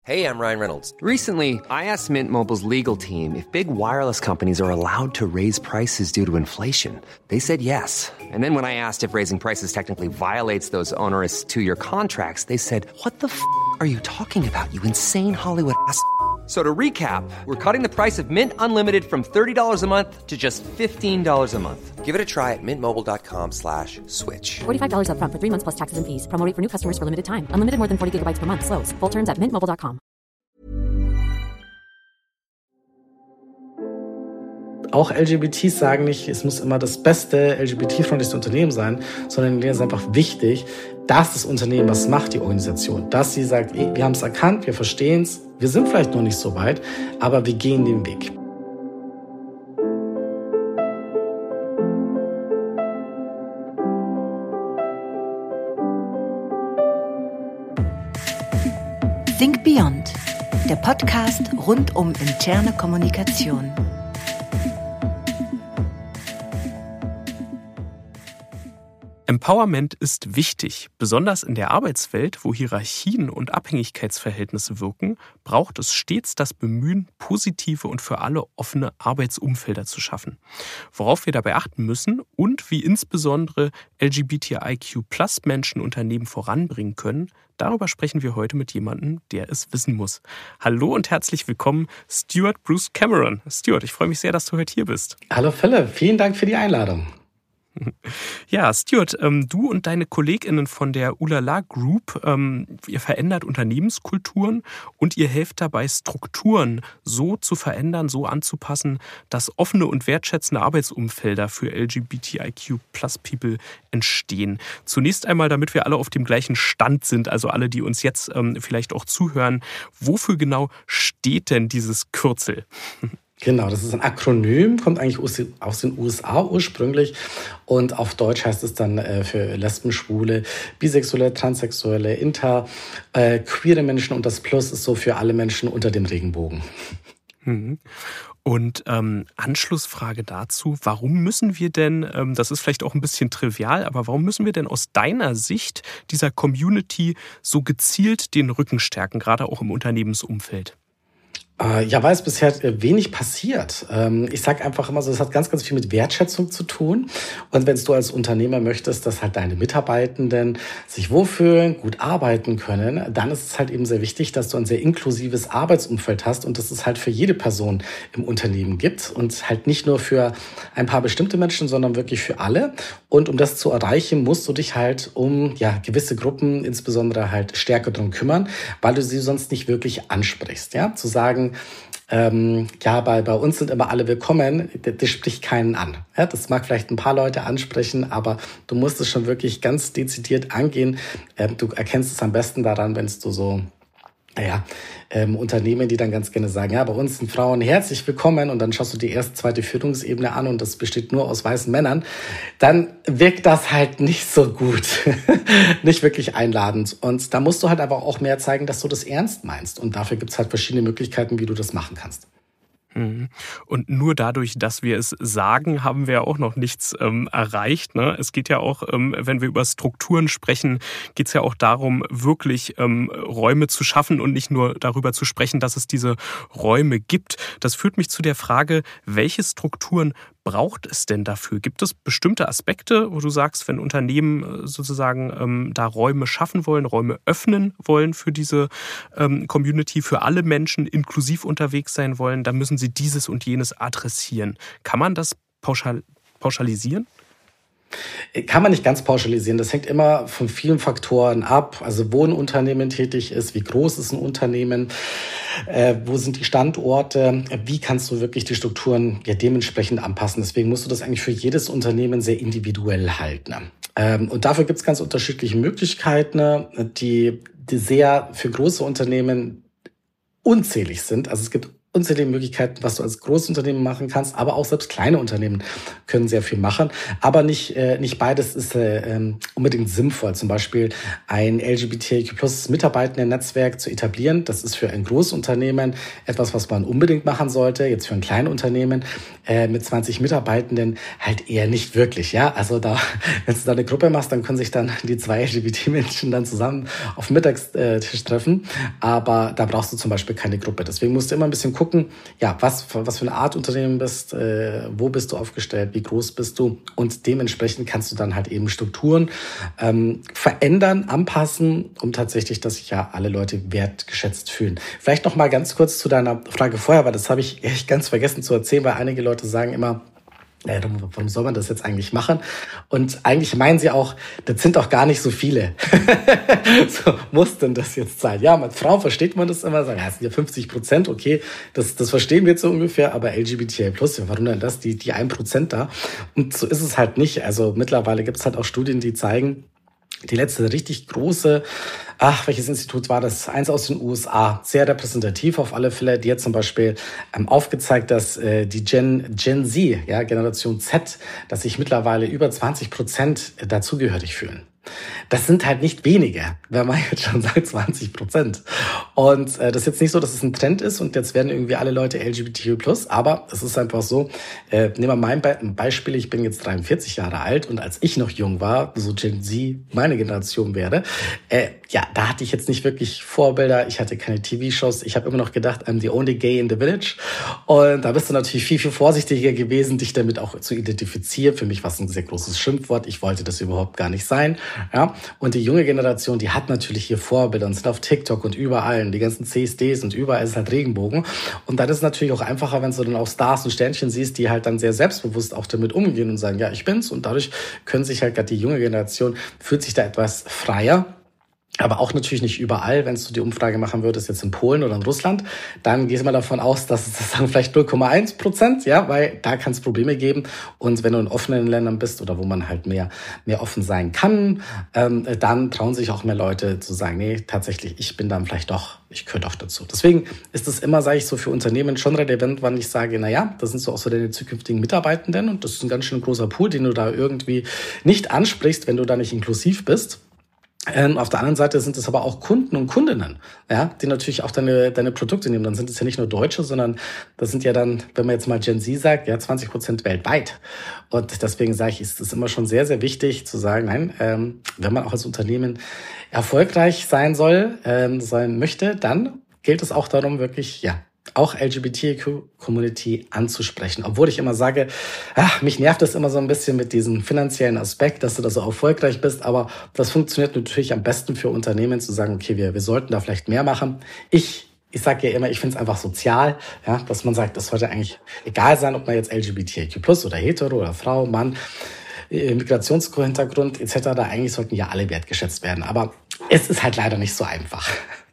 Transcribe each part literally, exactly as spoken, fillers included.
Hey, I'm Ryan Reynolds. Recently, I asked Mint Mobile's legal team if big wireless companies are allowed to raise prices due to inflation. They said yes. And then when I asked if raising prices technically violates those onerous two-year contracts, they said, what the f*** are you talking about, you insane Hollywood ass f- So to recap, we're cutting the price of Mint Unlimited from thirty dollars a month to just fifteen dollars a month. Give it a try at mintmobile.com slash switch. forty-five dollars up front for three months plus taxes and fees. Promo rate for new customers for limited time. Unlimited more than forty gigabytes per month. Slows full terms at mint mobile dot com. Auch L G B Ts sagen nicht, es muss immer das beste L G B T-freundlichste Unternehmen sein, sondern denen ist einfach wichtig, dass das Unternehmen was macht, die Organisation. Dass sie sagt, ey, wir haben es erkannt, wir verstehen es, wir sind vielleicht noch nicht so weit, aber wir gehen den Weg. Think Beyond, der Podcast rund um interne Kommunikation. Empowerment ist wichtig. Besonders in der Arbeitswelt, wo Hierarchien und Abhängigkeitsverhältnisse wirken, braucht es stets das Bemühen, positive und für alle offene Arbeitsumfelder zu schaffen. Worauf wir dabei achten müssen und wie insbesondere L G B T I Q Plus Menschen Unternehmen voranbringen können, darüber sprechen wir heute mit jemandem, der es wissen muss. Hallo und herzlich willkommen, Stuart Bruce Cameron. Stuart, ich freue mich sehr, dass du heute hier bist. Hallo Philipp, vielen Dank für die Einladung. Ja, Stuart, ähm, du und deine KollegInnen von der Ulala Group, ähm, ihr verändert Unternehmenskulturen und ihr helft dabei, Strukturen so zu verändern, so anzupassen, dass offene und wertschätzende Arbeitsumfelder für L G B T I Q Plus People entstehen. Zunächst einmal, damit wir alle auf dem gleichen Stand sind, also alle, die uns jetzt ähm, vielleicht auch zuhören, wofür genau steht denn dieses Kürzel? Genau, das ist ein Akronym, kommt eigentlich aus den U S A ursprünglich und auf Deutsch heißt es dann äh, für Lesben, Schwule, Bisexuelle, Transsexuelle, Inter, äh, queere Menschen und das Plus ist so für alle Menschen unter dem Regenbogen. Mhm. Und ähm, Anschlussfrage dazu, warum müssen wir denn, ähm, das ist vielleicht auch ein bisschen trivial, aber warum müssen wir denn aus deiner Sicht dieser Community so gezielt den Rücken stärken, gerade auch im Unternehmensumfeld? Ja, weil es bisher wenig passiert. Ich sage einfach immer so, es hat ganz, ganz viel mit Wertschätzung zu tun. Und wenn du als Unternehmer möchtest, dass halt deine Mitarbeitenden sich wohlfühlen, gut arbeiten können, dann ist es halt eben sehr wichtig, dass du ein sehr inklusives Arbeitsumfeld hast und dass es halt für jede Person im Unternehmen gibt und halt nicht nur für ein paar bestimmte Menschen, sondern wirklich für alle. Und um das zu erreichen, musst du dich halt um ja gewisse Gruppen insbesondere halt stärker drum kümmern, weil du sie sonst nicht wirklich ansprichst. Ja, zu sagen, Ähm, ja, bei, bei uns sind immer alle willkommen, das, das spricht keinen an. Ja, das mag vielleicht ein paar Leute ansprechen, aber du musst es schon wirklich ganz dezidiert angehen. Ähm, du erkennst es am besten daran, wenn du so, naja, ähm, Unternehmen, die dann ganz gerne sagen, ja, bei uns sind Frauen herzlich willkommen und dann schaust du die erste, zweite Führungsebene an und das besteht nur aus weißen Männern, dann wirkt das halt nicht so gut, nicht wirklich einladend. Und da musst du halt aber auch mehr zeigen, dass du das ernst meinst und dafür gibt's halt verschiedene Möglichkeiten, wie du das machen kannst. Und nur dadurch, dass wir es sagen, haben wir auch noch nichts ähm, erreicht. Ne? Es geht ja auch, ähm, wenn wir über Strukturen sprechen, geht es ja auch darum, wirklich ähm, Räume zu schaffen und nicht nur darüber zu sprechen, dass es diese Räume gibt. Das führt mich zu der Frage, welche Strukturen braucht es denn dafür? Gibt es bestimmte Aspekte, wo du sagst, wenn Unternehmen sozusagen ähm, da Räume schaffen wollen, Räume öffnen wollen für diese ähm, Community, für alle Menschen inklusiv unterwegs sein wollen, dann müssen sie dieses und jenes adressieren. Kann man das pauschal, pauschalisieren? Kann man nicht ganz pauschalisieren. Das hängt immer von vielen Faktoren ab. Also wo ein Unternehmen tätig ist, wie groß ist ein Unternehmen, äh, wo sind die Standorte, wie kannst du wirklich die Strukturen ja dementsprechend anpassen. Deswegen musst du das eigentlich für jedes Unternehmen sehr individuell halten. Ähm, und dafür gibt es ganz unterschiedliche Möglichkeiten, die, die sehr für große Unternehmen unzählig sind. Also es gibt unzählige Möglichkeiten, was du als Großunternehmen machen kannst, aber auch selbst kleine Unternehmen können sehr viel machen. Aber nicht, äh, nicht beides ist äh, unbedingt sinnvoll. Zum Beispiel ein L G B T I Q Plus Mitarbeitendennetzwerk zu etablieren. Das ist für ein Großunternehmen etwas, was man unbedingt machen sollte. Jetzt für ein Kleinunternehmen äh, mit zwanzig Mitarbeitenden halt eher nicht wirklich. Ja, also da, wenn du da eine Gruppe machst, dann können sich dann die zwei L G B T-Menschen dann zusammen auf dem Mittagstisch treffen. Aber da brauchst du zum Beispiel keine Gruppe. Deswegen musst du immer ein bisschen gucken, gucken, ja, was, was für eine Art Unternehmen bist, äh, wo bist du aufgestellt, wie groß bist du, und dementsprechend kannst du dann halt eben Strukturen ähm, verändern, anpassen, um tatsächlich, dass sich ja alle Leute wertgeschätzt fühlen. Vielleicht noch mal ganz kurz zu deiner Frage vorher, weil das habe ich echt ganz vergessen zu erzählen, weil einige Leute sagen immer, ja, warum soll man das jetzt eigentlich machen? Und eigentlich meinen sie auch, das sind doch gar nicht so viele. So, muss denn das jetzt sein? Ja, mit Frauen versteht man das immer, sagen, ja, es sind ja fünfzig Prozent, okay, das, das verstehen wir jetzt so ungefähr, aber L G B T I plus, ja, warum denn das, die, die ein Prozent da? Und so ist es halt nicht. Also mittlerweile gibt es halt auch Studien, die zeigen, die letzte richtig große, ach, welches Institut war das? Eins aus den U S A, sehr repräsentativ auf alle Fälle. Die hat zum Beispiel ähm, aufgezeigt, dass äh, die Gen, Gen Z, ja, Generation Z, dass sich mittlerweile über zwanzig Prozent dazugehörig fühlen. Das sind halt nicht wenige, wenn man jetzt schon sagt zwanzig Prozent. Und äh, das ist jetzt nicht so, dass es ein Trend ist und jetzt werden irgendwie alle Leute L G B T Q plus, aber es ist einfach so, äh, nehmen wir mein Be- Beispiel, ich bin jetzt dreiundvierzig Jahre alt und als ich noch jung war, so Gen Z meine Generation wäre, äh, ja, da hatte ich jetzt nicht wirklich Vorbilder, ich hatte keine T V-Shows, ich habe immer noch gedacht, I'm the only gay in the village, und da bist du natürlich viel, viel vorsichtiger gewesen, dich damit auch zu identifizieren. Für mich war es ein sehr großes Schimpfwort, ich wollte das überhaupt gar nicht sein. Ja, und die junge Generation, die hat natürlich hier Vorbilder und sind auf TikTok und überall, und die ganzen C S Ds und überall ist halt Regenbogen. Und dann ist es natürlich auch einfacher, wenn du dann auch Stars und Sternchen siehst, die halt dann sehr selbstbewusst auch damit umgehen und sagen, ja, ich bin's. Und dadurch können sich halt gerade die junge Generation, fühlt sich da etwas freier. Aber auch natürlich nicht überall. Wenn du die Umfrage machen würdest, jetzt in Polen oder in Russland, dann gehst du mal davon aus, dass es dann vielleicht null Komma eins Prozent, ja, weil da kann es Probleme geben. Und wenn du in offenen Ländern bist oder wo man halt mehr mehr offen sein kann, ähm, dann trauen sich auch mehr Leute zu sagen, nee, tatsächlich, ich bin dann vielleicht doch, ich gehöre doch dazu. Deswegen ist es immer, sage ich so, für Unternehmen schon relevant, wann ich sage, na ja, das sind so auch so deine zukünftigen Mitarbeitenden und das ist ein ganz schön großer Pool, den du da irgendwie nicht ansprichst, wenn du da nicht inklusiv bist. Ähm, auf der anderen Seite sind es aber auch Kunden und Kundinnen, ja, die natürlich auch deine deine Produkte nehmen. Dann sind es ja nicht nur Deutsche, sondern das sind ja dann, wenn man jetzt mal Gen Z sagt, ja, zwanzig Prozent weltweit. Und deswegen sage ich, ist es immer schon sehr, sehr wichtig zu sagen, nein, ähm, wenn man auch als Unternehmen erfolgreich sein soll, ähm, sein möchte, dann gilt es auch darum, wirklich, ja, auch L G B T Q-Community anzusprechen. Obwohl ich immer sage, ach, mich nervt das immer so ein bisschen mit diesem finanziellen Aspekt, dass du da so erfolgreich bist. Aber das funktioniert natürlich am besten für Unternehmen, zu sagen, okay, wir, wir sollten da vielleicht mehr machen. Ich Ich sage ja immer, ich finde es einfach sozial, ja, dass man sagt, das sollte eigentlich egal sein, ob man jetzt L G B T Q plus oder hetero oder Frau, Mann, Migrationshintergrund et cetera. Eigentlich sollten ja alle wertgeschätzt werden. Aber es ist halt leider nicht so einfach.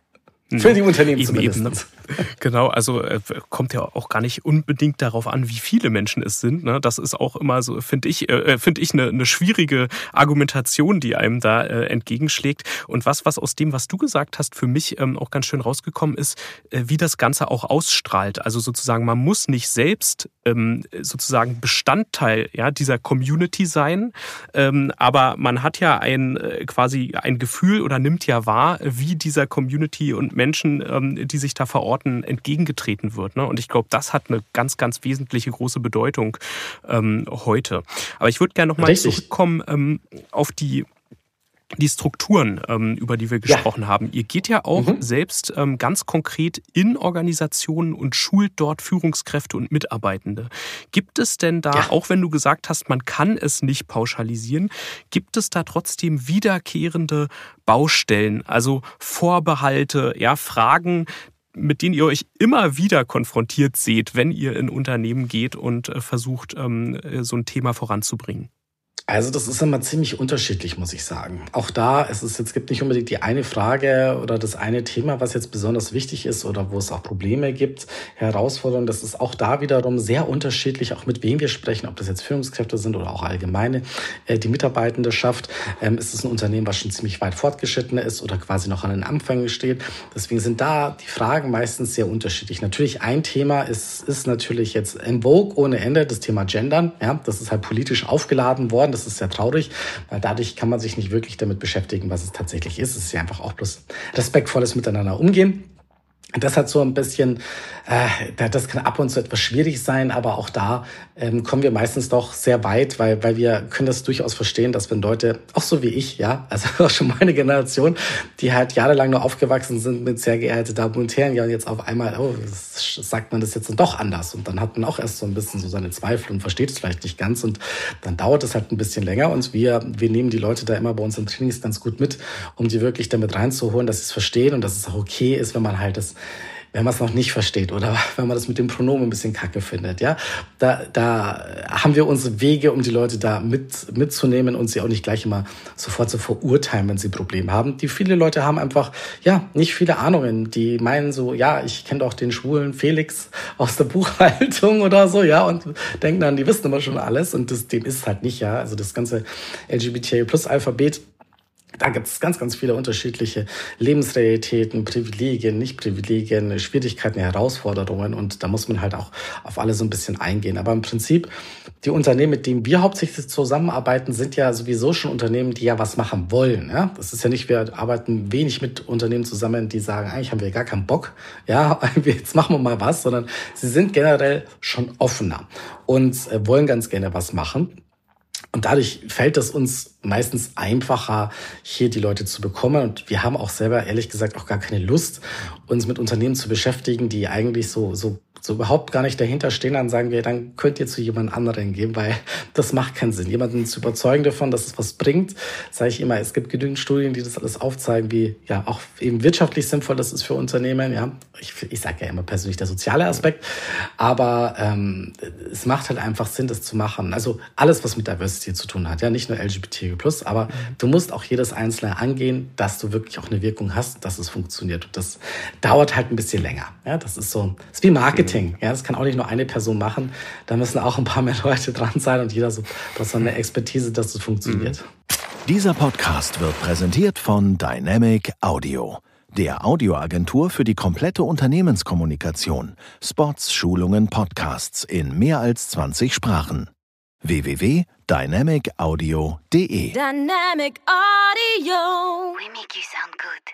Für die Unternehmen zumindest. Eben, ne? Genau, also äh, kommt ja auch gar nicht unbedingt darauf an, wie viele Menschen es sind. Ne? Das ist auch immer so, finde ich, äh, finde ich eine, eine schwierige Argumentation, die einem da äh, entgegenschlägt. Und was, was aus dem, was du gesagt hast, für mich ähm, auch ganz schön rausgekommen ist, äh, wie das Ganze auch ausstrahlt. Also sozusagen, man muss nicht selbst ähm, sozusagen Bestandteil ja, dieser Community sein, ähm, aber man hat ja ein äh, quasi ein Gefühl oder nimmt ja wahr, wie dieser Community und Menschen, ähm, die sich da verorten, entgegengetreten wird. Ne? Und ich glaube, das hat eine ganz, ganz wesentliche große Bedeutung ähm, heute. Aber ich würde gerne nochmal zurückkommen ähm, auf die die Strukturen, ähm, über die wir gesprochen ja. haben. Ihr geht ja auch mhm. selbst ähm, ganz konkret in Organisationen und schult dort Führungskräfte und Mitarbeitende. Gibt es denn da, ja. auch wenn du gesagt hast, man kann es nicht pauschalisieren, gibt es da trotzdem wiederkehrende Baustellen, also Vorbehalte, ja, Fragen, mit denen ihr euch immer wieder konfrontiert seht, wenn ihr in Unternehmen geht und äh, versucht, ähm, so ein Thema voranzubringen? Also das ist immer ziemlich unterschiedlich, muss ich sagen. Auch da, es ist jetzt gibt nicht unbedingt die eine Frage oder das eine Thema, was jetzt besonders wichtig ist oder wo es auch Probleme gibt, Herausforderungen. Das ist auch da wiederum sehr unterschiedlich, auch mit wem wir sprechen, ob das jetzt Führungskräfte sind oder auch allgemeine, äh, die Mitarbeitendenschaft. Ähm, ist es ein Unternehmen, was schon ziemlich weit fortgeschritten ist oder quasi noch an den Anfängen steht? Deswegen sind da die Fragen meistens sehr unterschiedlich. Natürlich ein Thema ist, ist natürlich jetzt en vogue ohne Ende, das Thema Gendern. Ja, das ist halt politisch aufgeladen worden. Das ist sehr traurig, weil dadurch kann man sich nicht wirklich damit beschäftigen, was es tatsächlich ist. Es ist ja einfach auch bloß respektvolles Miteinander umgehen. Das hat so ein bisschen, äh, das kann ab und zu etwas schwierig sein, aber auch da ähm, kommen wir meistens doch sehr weit, weil weil wir können das durchaus verstehen, dass wenn Leute, auch so wie ich, ja, also auch schon meine Generation, die halt jahrelang nur aufgewachsen sind mit sehr geehrte Damen und Herren, ja, und jetzt auf einmal, oh, das, sagt man das jetzt dann doch anders. Und dann hat man auch erst so ein bisschen so seine Zweifel und versteht es vielleicht nicht ganz und dann dauert es halt ein bisschen länger und wir wir nehmen die Leute da immer bei uns im Trainings ganz gut mit, um die wirklich damit reinzuholen, dass sie es verstehen und dass es auch okay ist, wenn man halt das wenn man es noch nicht versteht oder wenn man das mit dem Pronomen ein bisschen kacke findet, ja, da, da haben wir unsere Wege, um die Leute da mit, mitzunehmen und sie auch nicht gleich immer sofort zu verurteilen, wenn sie Probleme haben. Die viele Leute haben einfach, ja, nicht viele Ahnungen. Die meinen so, ja, ich kenne doch den schwulen Felix aus der Buchhaltung oder so, ja, und denken dann, die wissen immer schon alles und das, dem ist es halt nicht, ja. Also das ganze L G B T I Plus Alphabet, da gibt es ganz, ganz viele unterschiedliche Lebensrealitäten, Privilegien, Nicht-Privilegien, Schwierigkeiten, Herausforderungen und da muss man halt auch auf alle so ein bisschen eingehen. Aber im Prinzip, die Unternehmen, mit denen wir hauptsächlich zusammenarbeiten, sind ja sowieso schon Unternehmen, die ja was machen wollen. Ja? Das ist ja nicht, wir arbeiten wenig mit Unternehmen zusammen, die sagen, eigentlich haben wir gar keinen Bock, ja, jetzt machen wir mal was, sondern sie sind generell schon offener und wollen ganz gerne was machen. Und dadurch fällt es uns meistens einfacher, hier die Leute zu bekommen. Und wir haben auch selber, ehrlich gesagt, auch gar keine Lust, uns mit Unternehmen zu beschäftigen, die eigentlich so, so, so überhaupt gar nicht dahinter stehen. Dann sagen wir, dann könnt ihr zu jemand anderen gehen, weil das macht keinen Sinn. Jemanden zu überzeugen davon, dass es was bringt, sage ich immer, es gibt genügend Studien, die das alles aufzeigen, wie ja auch eben wirtschaftlich sinnvoll das ist für Unternehmen. Ja, ich, ich sage ja immer persönlich der soziale Aspekt, aber ähm, es macht halt einfach Sinn, das zu machen. Also alles, was mit Diversity zu tun hat, ja, nicht nur L G B T Q plus, aber du musst auch jedes Einzelne angehen, dass du wirklich auch eine Wirkung hast, dass es funktioniert. Und das dauert halt ein bisschen länger. Ja, das ist so, das ist wie Marketing. Ja, das kann auch nicht nur eine Person machen. Da müssen auch ein paar mehr Leute dran sein und jeder so, das so eine Expertise, dass es funktioniert. Dieser Podcast wird präsentiert von Dynamic Audio, der Audioagentur für die komplette Unternehmenskommunikation. Spots, Schulungen, Podcasts in mehr als zwanzig Sprachen. w w w punkt dynamic audio punkt d e Dynamic Audio. We make you sound good.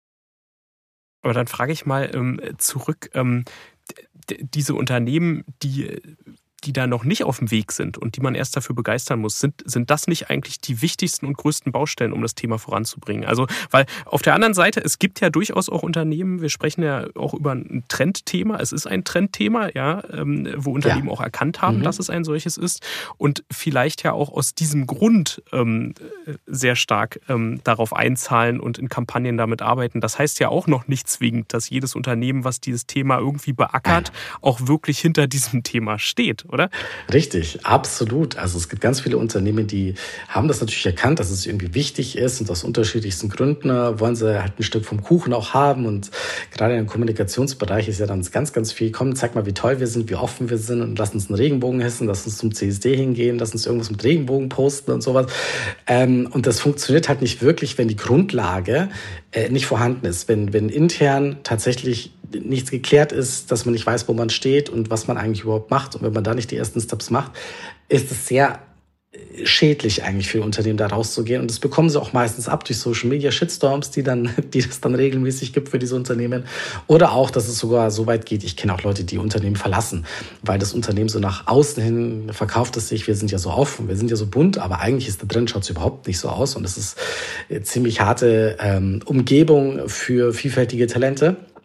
Aber dann frage ich mal ähm, zurück, ähm, d- diese Unternehmen, die, die da noch nicht auf dem Weg sind und die man erst dafür begeistern muss, sind, sind das nicht eigentlich die wichtigsten und größten Baustellen, um das Thema voranzubringen? Also, weil auf der anderen Seite, es gibt ja durchaus auch Unternehmen, wir sprechen ja auch über ein Trendthema, es ist ein Trendthema, ja, ähm, wo Unternehmen ja. auch erkannt haben, mhm. dass es ein solches ist und vielleicht ja auch aus diesem Grund ähm, sehr stark ähm, darauf einzahlen und in Kampagnen damit arbeiten. Das heißt ja auch noch nicht zwingend, dass jedes Unternehmen, was dieses Thema irgendwie beackert, auch wirklich hinter diesem Thema steht, oder? Richtig, absolut. Also es gibt ganz viele Unternehmen, die haben das natürlich erkannt, dass es irgendwie wichtig ist und aus unterschiedlichsten Gründen wollen sie halt ein Stück vom Kuchen auch haben und gerade im Kommunikationsbereich ist ja dann ganz, ganz viel, komm, zeig mal, wie toll wir sind, wie offen wir sind und lass uns einen Regenbogen hissen, lass uns zum C S D hingehen, lass uns irgendwas mit Regenbogen posten und sowas. Ähm, und das funktioniert halt nicht wirklich, wenn die Grundlage äh, nicht vorhanden ist, wenn, wenn intern tatsächlich nichts geklärt ist, dass man nicht weiß, wo man steht und was man eigentlich überhaupt macht. Und wenn man da nicht die ersten Steps macht, ist es sehr schädlich eigentlich für Unternehmen, da rauszugehen. Und das bekommen sie auch meistens ab durch Social Media Shitstorms, die dann, die es dann regelmäßig gibt für diese Unternehmen. Oder auch, dass es sogar so weit geht. Ich kenne auch Leute, die Unternehmen verlassen, weil das Unternehmen so nach außen hin verkauft es sich. Wir sind ja so offen, wir sind ja so bunt, aber eigentlich ist da drin, schaut es überhaupt nicht so aus. Und es ist eine ziemlich harte ähm, Umgebung für vielfältige Talente.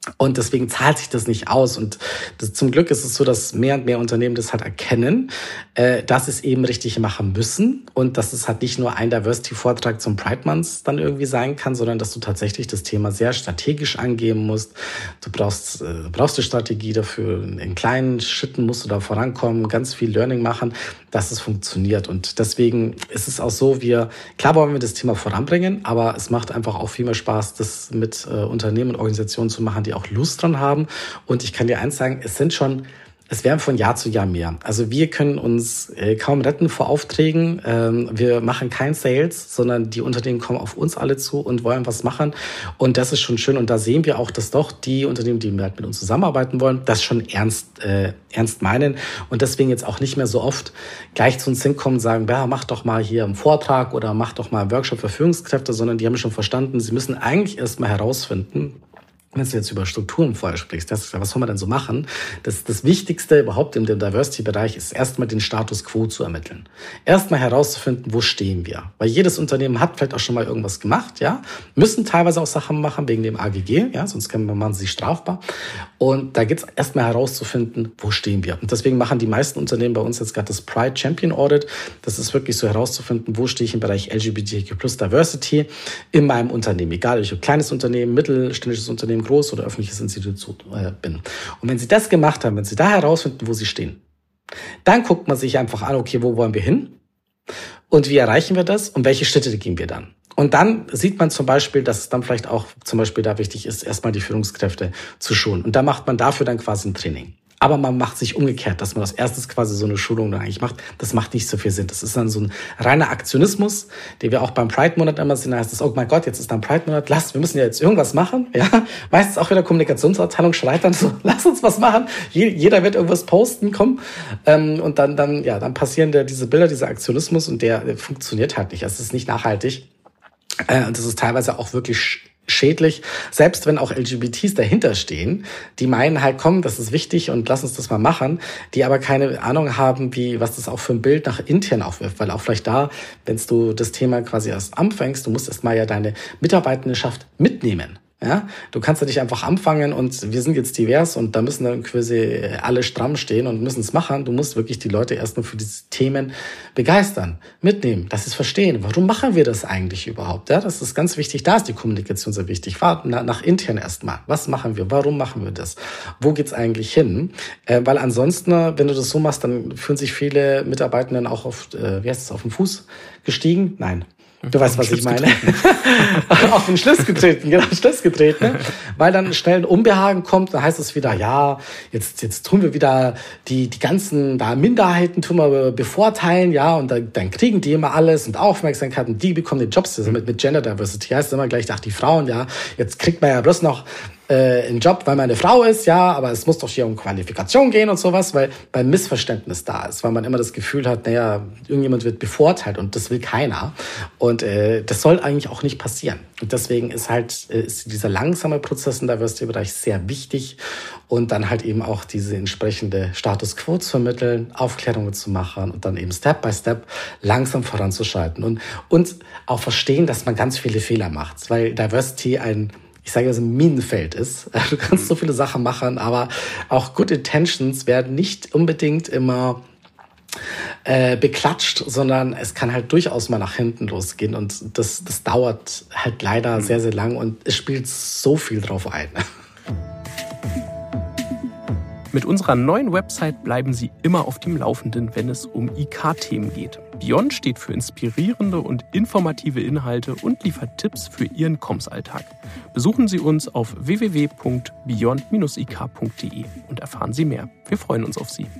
Und deswegen zahlt sich das nicht aus. Und das, zum Glück ist es so, dass mehr und mehr Unternehmen das halt erkennen, äh, dass sie es eben richtig machen müssen und dass es halt nicht nur ein Diversity-Vortrag zum Pride Month dann irgendwie sein kann, sondern dass du tatsächlich das Thema sehr strategisch angehen musst. Du brauchst, äh, brauchst eine Strategie dafür. In kleinen Schritten musst du da vorankommen, ganz viel Learning machen, dass es funktioniert. Und deswegen ist es auch so, wir, klar wollen wir das Thema voranbringen, aber es macht einfach auch viel mehr Spaß, das mit äh, Unternehmen und Organisationen zu machen, die auch Lust dran haben. Und ich kann dir eins sagen, es sind schon, es werden von Jahr zu Jahr mehr. Also wir können uns äh, kaum retten vor Aufträgen. Ähm, wir machen kein Sales, sondern die Unternehmen kommen auf uns alle zu und wollen was machen. Und das ist schon schön. Und da sehen wir auch, dass doch die Unternehmen, die mit uns zusammenarbeiten wollen, das schon ernst, äh, ernst meinen. Und deswegen jetzt auch nicht mehr so oft gleich zu uns hinkommen und sagen, ja, mach doch mal hier einen Vortrag oder mach doch mal einen Workshop für Führungskräfte, sondern die haben schon verstanden, sie müssen eigentlich erst mal herausfinden, wenn du jetzt über Strukturen vorher sprichst, das, was soll man denn so machen? Das, das Wichtigste überhaupt in dem Diversity-Bereich ist erstmal den Status quo zu ermitteln. Erstmal herauszufinden, wo stehen wir? Weil jedes Unternehmen hat vielleicht auch schon mal irgendwas gemacht, ja, müssen teilweise auch Sachen machen wegen dem A G G, ja, sonst machen sie sich strafbar. Und da geht es erstmal herauszufinden, wo stehen wir? Und deswegen machen die meisten Unternehmen bei uns jetzt gerade das Pride Champion Audit. Das ist wirklich so herauszufinden, wo stehe ich im Bereich L G B T Q plus Diversity in meinem Unternehmen. Egal, ob ich ein kleines Unternehmen, mittelständisches Unternehmen, groß oder öffentliches Institut äh, bin. Und wenn Sie das gemacht haben, wenn Sie da herausfinden, wo Sie stehen, dann guckt man sich einfach an, okay, wo wollen wir hin? Und wie erreichen wir das? Und welche Schritte gehen wir dann? Und dann sieht man zum Beispiel, dass es dann vielleicht auch zum Beispiel da wichtig ist, erstmal die Führungskräfte zu schulen. Und da macht man dafür dann quasi ein Training. Aber man macht sich umgekehrt, dass man als erstes quasi so eine Schulung dann eigentlich macht. Das macht nicht so viel Sinn. Das ist dann so ein reiner Aktionismus, den wir auch beim Pride-Monat immer sehen. Da heißt es, oh mein Gott, jetzt ist dann Pride-Monat, lass, wir müssen ja jetzt irgendwas machen. Ja, meistens auch wieder Kommunikationsabteilung schreit dann so, lass uns was machen. Jeder wird irgendwas posten, komm. Und dann, dann, ja, dann passieren da diese Bilder, dieser Aktionismus und der, der funktioniert halt nicht. Es ist nicht nachhaltig. Und das ist teilweise auch wirklich schädlich, selbst wenn auch L G B Ts dahinter stehen, die meinen halt, komm, das ist wichtig und lass uns das mal machen, die aber keine Ahnung haben, wie was das auch für ein Bild nach intern aufwirft, weil auch vielleicht da, wenn du das Thema quasi erst anfängst, du musst erst mal ja deine Mitarbeitendenschaft mitnehmen. Ja, du kannst ja nicht einfach anfangen und wir sind jetzt divers und da müssen dann quasi alle stramm stehen und müssen es machen. Du musst wirklich die Leute erstmal für diese Themen begeistern, mitnehmen, dass sie es verstehen. Warum machen wir das eigentlich überhaupt? Ja, das ist ganz wichtig. Da ist die Kommunikation sehr wichtig. Fahr nach, nach intern erstmal. Was machen wir? Warum machen wir das? Wo geht's eigentlich hin? Äh, weil ansonsten, wenn du das so machst, dann fühlen sich viele Mitarbeitenden auch auf, äh, wie heißt es, auf den Fuß gestiegen? Nein. Du weißt, was ich meine. Auf den Schlips getreten, genau, Schlips getreten. Weil dann schnell ein Unbehagen kommt, dann heißt es wieder, ja, jetzt, jetzt tun wir wieder die, die ganzen da Minderheiten tun wir bevorteilen, ja, und dann, dann kriegen die immer alles und Aufmerksamkeit und die bekommen die Jobs. Also mit, mit Gender Diversity heißt immer gleich, ach, die Frauen, ja, jetzt kriegt man ja bloß noch äh, einen Job, weil man eine Frau ist, ja, aber es muss doch hier um Qualifikation gehen und sowas, weil beim Missverständnis da ist, weil man immer das Gefühl hat, naja, irgendjemand wird bevorteilt und das will keiner. Und äh, das soll eigentlich auch nicht passieren. Und deswegen ist halt äh, ist dieser langsame Prozess im Diversity-Bereich sehr wichtig und dann halt eben auch diese entsprechende Status Quo zu vermitteln, Aufklärungen zu machen und dann eben Step by Step langsam voranzuschreiten und, und auch verstehen, dass man ganz viele Fehler macht, weil Diversity ein ich sage, dass ein Minenfeld ist. Du kannst so viele Sachen machen, aber auch Good Intentions werden nicht unbedingt immer äh, beklatscht, sondern es kann halt durchaus mal nach hinten losgehen und das, das dauert halt leider sehr, sehr lang und es spielt so viel drauf ein. Mit unserer neuen Website bleiben Sie immer auf dem Laufenden, wenn es um I K-Themen geht. Beyond steht für inspirierende und informative Inhalte und liefert Tipps für Ihren Comms-Alltag. Besuchen Sie uns auf w w w punkt beyond dash i k punkt d e und erfahren Sie mehr. Wir freuen uns auf Sie.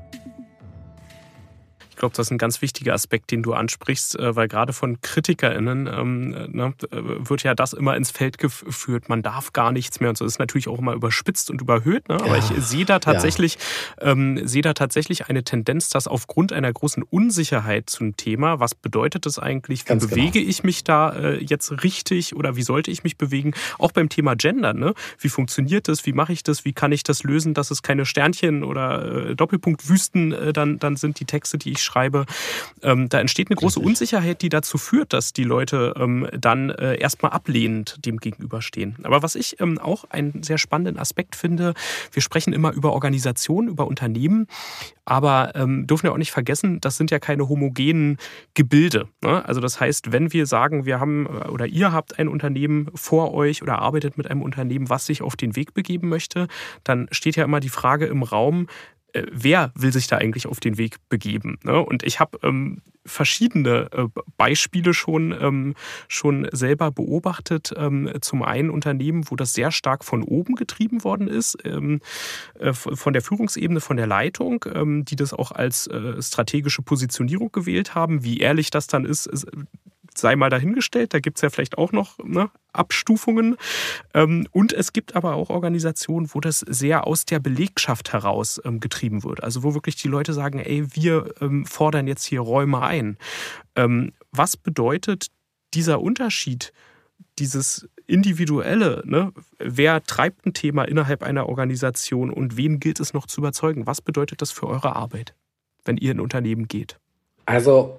Ich glaube, das ist ein ganz wichtiger Aspekt, den du ansprichst, weil gerade von KritikerInnen ähm, ne, wird ja das immer ins Feld geführt, man darf gar nichts mehr und so. Das ist natürlich auch immer überspitzt und überhöht, ne? Aber ja, ich sehe da tatsächlich ja. ähm, sehe da tatsächlich eine Tendenz, dass aufgrund einer großen Unsicherheit zum Thema, was bedeutet das eigentlich, wie ganz bewege genau. ich mich da äh, jetzt richtig oder wie sollte ich mich bewegen, auch beim Thema Gender, ne? Wie funktioniert das, wie mache ich das, wie kann ich das lösen, dass es keine Sternchen oder äh, Doppelpunktwüsten äh, dann, dann sind die Texte, die ich schreibe, schreibe, ähm, da entsteht eine große Richtig. Unsicherheit, die dazu führt, dass die Leute ähm, dann äh, erstmal ablehnend dem gegenüberstehen. Aber was ich ähm, auch einen sehr spannenden Aspekt finde, wir sprechen immer über Organisationen, über Unternehmen, aber ähm, dürfen ja auch nicht vergessen, das sind ja keine homogenen Gebilde. Ne? Also das heißt, wenn wir sagen, wir haben oder ihr habt ein Unternehmen vor euch oder arbeitet mit einem Unternehmen, was sich auf den Weg begeben möchte, dann steht ja immer die Frage im Raum, äh, wer will sich da eigentlich auf den Weg begeben? Ne? Und ich habe ähm, verschiedene äh, Beispiele schon, ähm, schon selber beobachtet. Ähm, zum einen Unternehmen, wo das sehr stark von oben getrieben worden ist, ähm, äh, von der Führungsebene, von der Leitung, ähm, die das auch als äh, strategische Positionierung gewählt haben. Wie ehrlich das dann ist, ist sei mal dahingestellt, da gibt es ja vielleicht auch noch ne, Abstufungen. Ähm, und es gibt aber auch Organisationen, wo das sehr aus der Belegschaft heraus ähm, getrieben wird. Also wo wirklich die Leute sagen, ey, wir ähm, fordern jetzt hier Räume ein. Ähm, was bedeutet dieser Unterschied, dieses Individuelle, ne? Wer treibt ein Thema innerhalb einer Organisation und wen gilt es noch zu überzeugen? Was bedeutet das für eure Arbeit, wenn ihr in ein Unternehmen geht? Also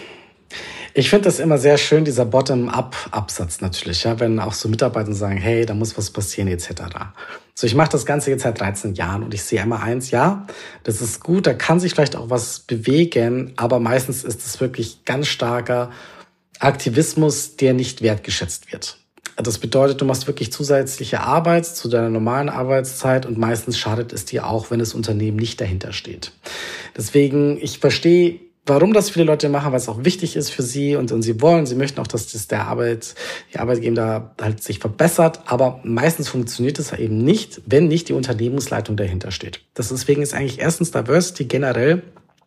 ich finde das immer sehr schön, dieser Bottom-up-Absatz natürlich, ja, wenn auch so Mitarbeiter sagen, hey, da muss was passieren et cetera. So, ich mache das Ganze jetzt seit dreizehn Jahren und ich sehe immer eins, ja, das ist gut, da kann sich vielleicht auch was bewegen, aber meistens ist es wirklich ganz starker Aktivismus, der nicht wertgeschätzt wird. Das bedeutet, du machst wirklich zusätzliche Arbeit zu deiner normalen Arbeitszeit und meistens schadet es dir auch, wenn das Unternehmen nicht dahinter steht. Deswegen, ich verstehe, warum das viele Leute machen, weil es auch wichtig ist für sie und, und sie wollen, sie möchten auch, dass das der Arbeit, die Arbeitgeber da halt sich verbessert, aber meistens funktioniert es eben nicht, wenn nicht die Unternehmensleitung dahinter steht. Deswegen ist eigentlich erstens Diversity generell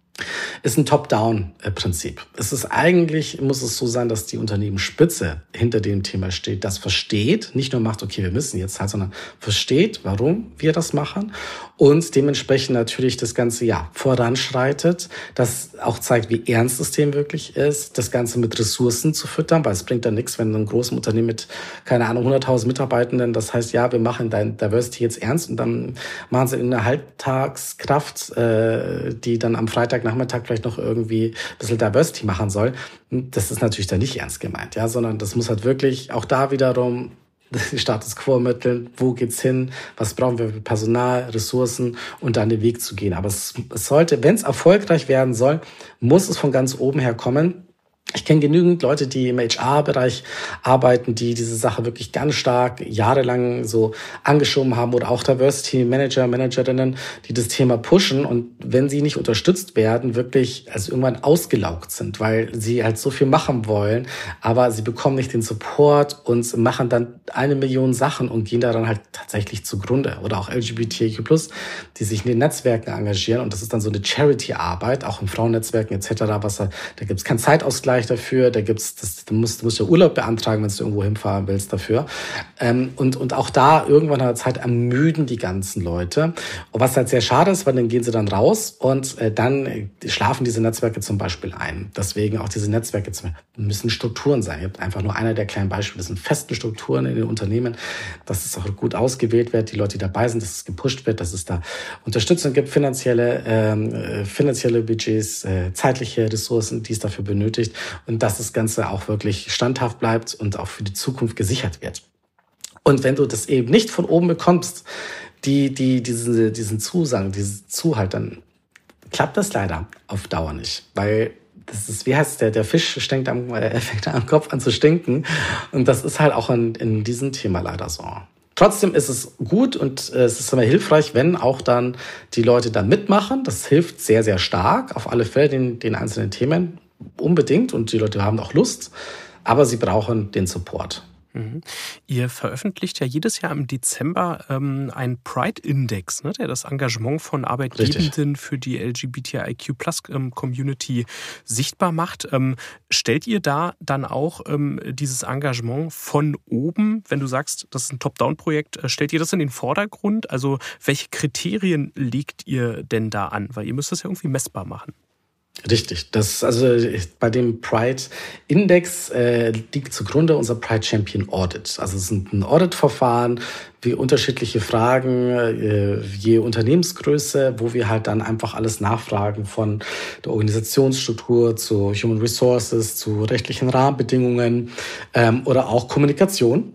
ist ein Top-Down-Prinzip. Es ist eigentlich, muss es so sein, dass die Unternehmensspitze hinter dem Thema steht, das versteht, nicht nur macht, okay, wir müssen jetzt halt, sondern versteht, warum wir das machen und dementsprechend natürlich das Ganze, ja, voranschreitet, das auch zeigt, wie ernst das Thema wirklich ist, das Ganze mit Ressourcen zu füttern, weil es bringt dann nichts, wenn ein großes Unternehmen mit, keine Ahnung, hunderttausend Mitarbeitenden, das heißt, ja, wir machen dein Diversity jetzt ernst und dann machen sie in einer Halbtagskraft, äh, die dann am Freitagnachmittag vielleicht noch irgendwie ein bisschen Diversity machen soll. Das ist natürlich dann nicht ernst gemeint, ja, sondern das muss halt wirklich auch da wiederum die Status Quo ermitteln, wo geht's hin, was brauchen wir für Personal, Ressourcen und dann den Weg zu gehen. Aber es, es sollte, wenn es erfolgreich werden soll, muss es von ganz oben her kommen. Ich kenne genügend Leute, die im H R-Bereich arbeiten, die diese Sache wirklich ganz stark jahrelang so angeschoben haben oder auch Diversity-Manager, Managerinnen, die das Thema pushen und wenn sie nicht unterstützt werden, wirklich also irgendwann ausgelaugt sind, weil sie halt so viel machen wollen, aber sie bekommen nicht den Support und machen dann eine Million Sachen und gehen daran halt tatsächlich zugrunde. Oder auch L G B T I Q plus, die sich in den Netzwerken engagieren und das ist dann so eine Charity-Arbeit, auch in Frauennetzwerken et cetera. Was da, da gibt es keinen Zeitausgleich dafür, da gibt's, das, du musst, du musst ja Urlaub beantragen, wenn du irgendwo hinfahren willst dafür. Ähm, und, und auch da irgendwann an der Zeit ermüden die ganzen Leute. Und was halt sehr schade ist, weil dann gehen sie dann raus und äh, dann äh, schlafen diese Netzwerke zum Beispiel ein. Deswegen auch diese Netzwerke müssen Strukturen sein. Ihr habt einfach nur einer der kleinen Beispiele, das sind festen Strukturen in den Unternehmen, dass es auch gut ausgewählt wird, die Leute, die dabei sind, dass es gepusht wird, dass es da Unterstützung gibt, finanzielle, ähm, finanzielle Budgets, äh, zeitliche Ressourcen, die es dafür benötigt. Und dass das Ganze auch wirklich standhaft bleibt und auch für die Zukunft gesichert wird. Und wenn du das eben nicht von oben bekommst, die, die, diesen, diesen Zusagen, diesen Zuhalt, dann klappt das leider auf Dauer nicht. Weil das ist, wie heißt es, der, der Fisch stinkt am, äh, fängt am Kopf an zu stinken. Und das ist halt auch in, in diesem Thema leider so. Trotzdem ist es gut und äh, es ist immer hilfreich, wenn auch dann die Leute da mitmachen. Das hilft sehr, sehr stark, auf alle Fälle den, den einzelnen Themen. Unbedingt und die Leute haben auch Lust, aber sie brauchen den Support. Mhm. Ihr veröffentlicht ja jedes Jahr im Dezember ähm, einen Pride-Index, ne, der das Engagement von Arbeitgebenden Richtig. Für die L G B T I Q plus Community sichtbar macht. Ähm, stellt ihr da dann auch ähm, dieses Engagement von oben, wenn du sagst, das ist ein Top-Down-Projekt, äh, stellt ihr das in den Vordergrund? Also welche Kriterien legt ihr denn da an? Weil ihr müsst das ja irgendwie messbar machen. Richtig. Das, also bei dem Pride-Index äh, liegt zugrunde unser Pride Champion Audit. Also es ist ein Audit-Verfahren, wie unterschiedliche Fragen, äh, je Unternehmensgröße, wo wir halt dann einfach alles nachfragen, von der Organisationsstruktur zu Human Resources, zu rechtlichen Rahmenbedingungen ähm, oder auch Kommunikation.